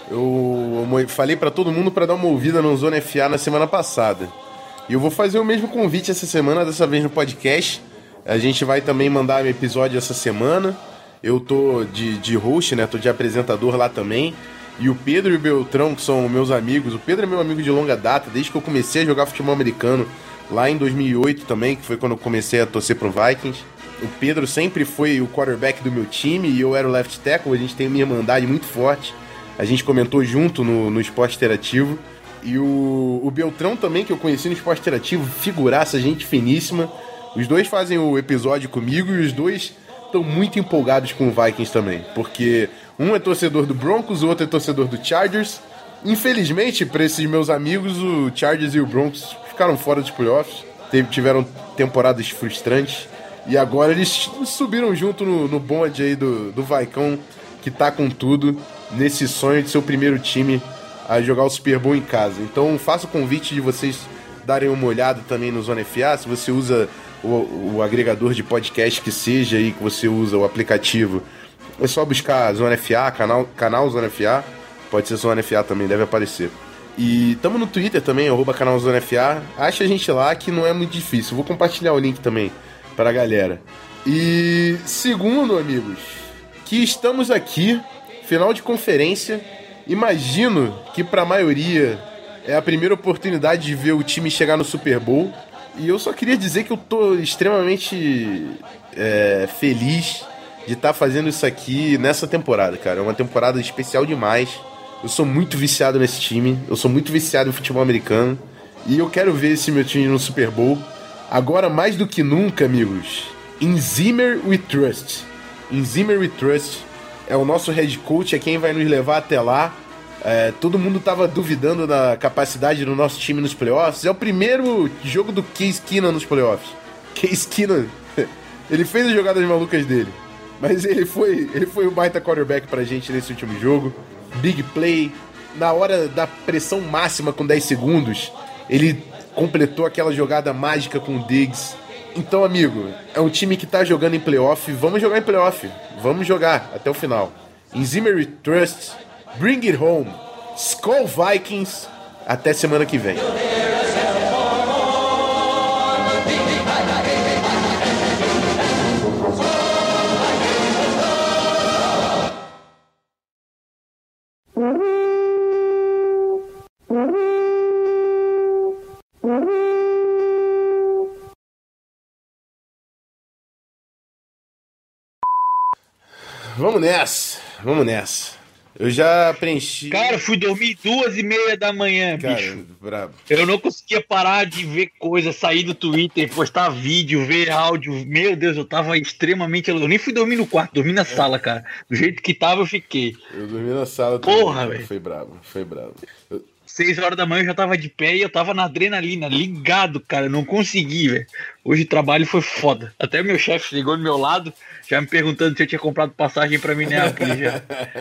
eu falei pra todo mundo pra dar uma ouvida no Zona F A na semana passada. E eu vou fazer o mesmo convite essa semana, dessa vez no podcast. A gente vai também mandar um episódio essa semana. Eu tô de, de host, né? Tô de apresentador lá também. E o Pedro e o Beltrão, que são meus amigos. O Pedro é meu amigo de longa data, desde que eu comecei a jogar futebol americano, lá em dois mil e oito também, que foi quando eu comecei a torcer pro Vikings. O Pedro sempre foi o quarterback do meu time e eu era o left tackle. A gente tem uma irmandade muito forte. A gente comentou junto no, no Esporte Interativo. E o, o Beltrão também, que eu conheci no Esporte Interativo, figuraça, gente finíssima. Os dois fazem o episódio comigo e os dois estão muito empolgados com o Vikings também. Porque um é torcedor do Broncos, o outro é torcedor do Chargers. Infelizmente, para esses meus amigos, o Chargers e o Broncos ficaram fora dos playoffs. Tiveram temporadas frustrantes. E agora eles subiram junto no, no bonde aí do, do Vicão, que tá com tudo, nesse sonho de ser o primeiro time a jogar o Super Bowl em casa. Então faço o convite de vocês darem uma olhada também no Zona F A. Se você usa o, o agregador de podcast que seja aí, que você usa o aplicativo, é só buscar Zona F A, canal, canal Zona F A. Pode ser Zona F A também, deve aparecer. E tamo no Twitter também, arroba canal Zona F A. Acha a gente lá, que não é muito difícil. Vou compartilhar o link também pra galera. E segundo, amigos, que estamos aqui, final de conferência. Imagino que pra maioria é a primeira oportunidade de ver o time chegar no Super Bowl. E eu só queria dizer que eu tô extremamente é, feliz de estar tá fazendo isso aqui nessa temporada, cara. É uma temporada especial demais. Eu sou muito viciado nesse time. Eu sou muito viciado em futebol americano. E eu quero ver esse meu time no Super Bowl. Agora, mais do que nunca, amigos, in Zimmer we trust. In Zimmer we trust. É o nosso head coach, é quem vai nos levar até lá. É, todo mundo tava duvidando da capacidade do nosso time nos playoffs. É o primeiro jogo do Case Keenum nos playoffs. Case Keenum, ele fez as jogadas malucas dele, mas ele foi, ele foi o baita quarterback pra gente nesse último jogo. Big play, na hora da pressão máxima com dez segundos, ele completou aquela jogada mágica com o Diggs. Então, amigo, é um time que tá jogando em playoff. Vamos jogar em playoff. Vamos jogar até o final. In Zimmer we trust. Bring it home. Skol Vikings. Até semana que vem. Vamos nessa, vamos nessa. Eu já preenchi... Cara, fui dormir duas e meia da manhã, Cara, bicho. Brabo. Eu não conseguia parar de ver coisa, sair do Twitter, postar vídeo, ver áudio. Meu Deus, eu tava extremamente... Eu nem fui dormir no quarto, dormi na é. sala, cara. Do jeito que tava, eu fiquei. Eu dormi na sala. Porra, velho. Foi brabo, foi brabo. Eu... Seis horas da manhã eu já tava de pé e eu tava na adrenalina, ligado, cara. Eu não consegui, velho. Hoje o trabalho foi foda. Até o meu chefe ligou do meu lado, já me perguntando se eu tinha comprado passagem pra Minneapolis já.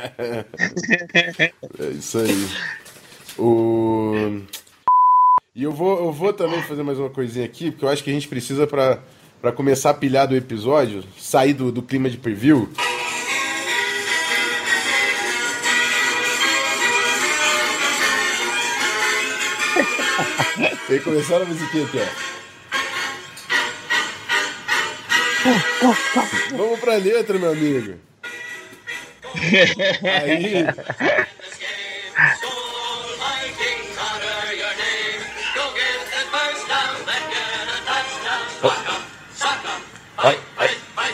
É isso aí. O... E eu vou, eu vou também fazer mais uma coisinha aqui, porque eu acho que a gente precisa pra, pra começar a pilhar do episódio, sair do, do clima de preview. Tem que começar a musiquinha aqui, ó. Vamos pra letra, meu amigo. Aí. Ai, ai.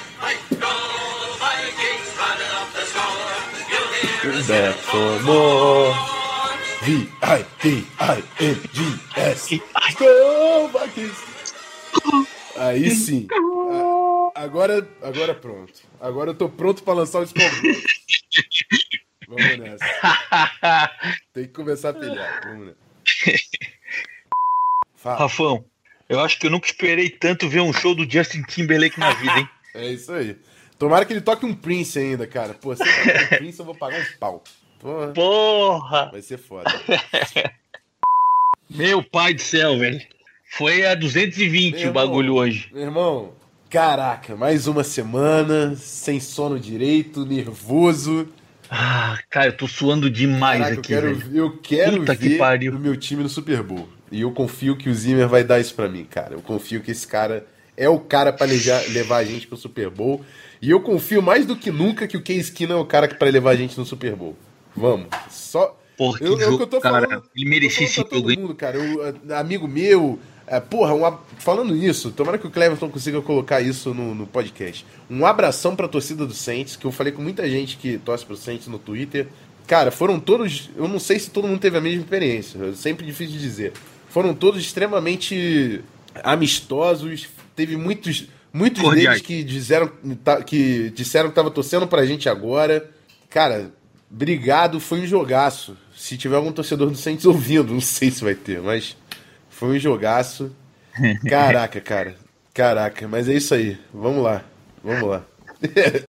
That for more. V I K I N G S. Go, Vikings! Aí sim. Agora, agora pronto. Agora eu tô pronto pra lançar o Skol. Vamos nessa. Tem que começar a pilhar. Vamos nessa. Fala. Rafão, eu acho que eu nunca esperei tanto ver um show do Justin Timberlake na vida, hein? É isso aí. Tomara que ele toque um Prince ainda, cara. Pô, se ele tocar um Prince, eu vou pagar uns pau. Porra. Porra! Vai ser foda. Meu pai do céu, velho. Foi a duzentos e vinte Meu o bagulho irmão, hoje. Meu irmão, caraca, mais uma semana, sem sono direito, nervoso. Ah, cara, eu tô suando demais Caraca, aqui, eu quero, velho. eu quero Puta que ver pariu. o meu time no Super Bowl. E eu confio que o Zimmer vai dar isso pra mim, cara. Eu confio que esse cara é o cara pra levar, levar a gente pro Super Bowl. E eu confio mais do que nunca que o Case Keenum é o cara pra levar a gente no Super Bowl. Vamos. Só... Porra, que eu, é o jogo, que eu tô cara. falando. Ele merecia esse eu tô falando pra jogo, todo hein? mundo, cara. Eu, amigo meu... É, porra, um, falando nisso, tomara que o Cleverton consiga colocar isso no, no podcast. Um abração pra torcida do Saints, que eu falei com muita gente que torce pro Saints no Twitter. Cara, foram todos... Eu não sei se todo mundo teve a mesma experiência. É sempre difícil de dizer. Foram todos extremamente amistosos. Teve muitos, muitos deles que disseram que disseram que tava torcendo pra gente agora. Cara, obrigado. Foi um jogaço. Se tiver algum torcedor do Saints ouvindo, não sei se vai ter, mas... Foi um jogaço. Caraca, cara. Caraca, mas é isso aí. Vamos lá. Vamos lá.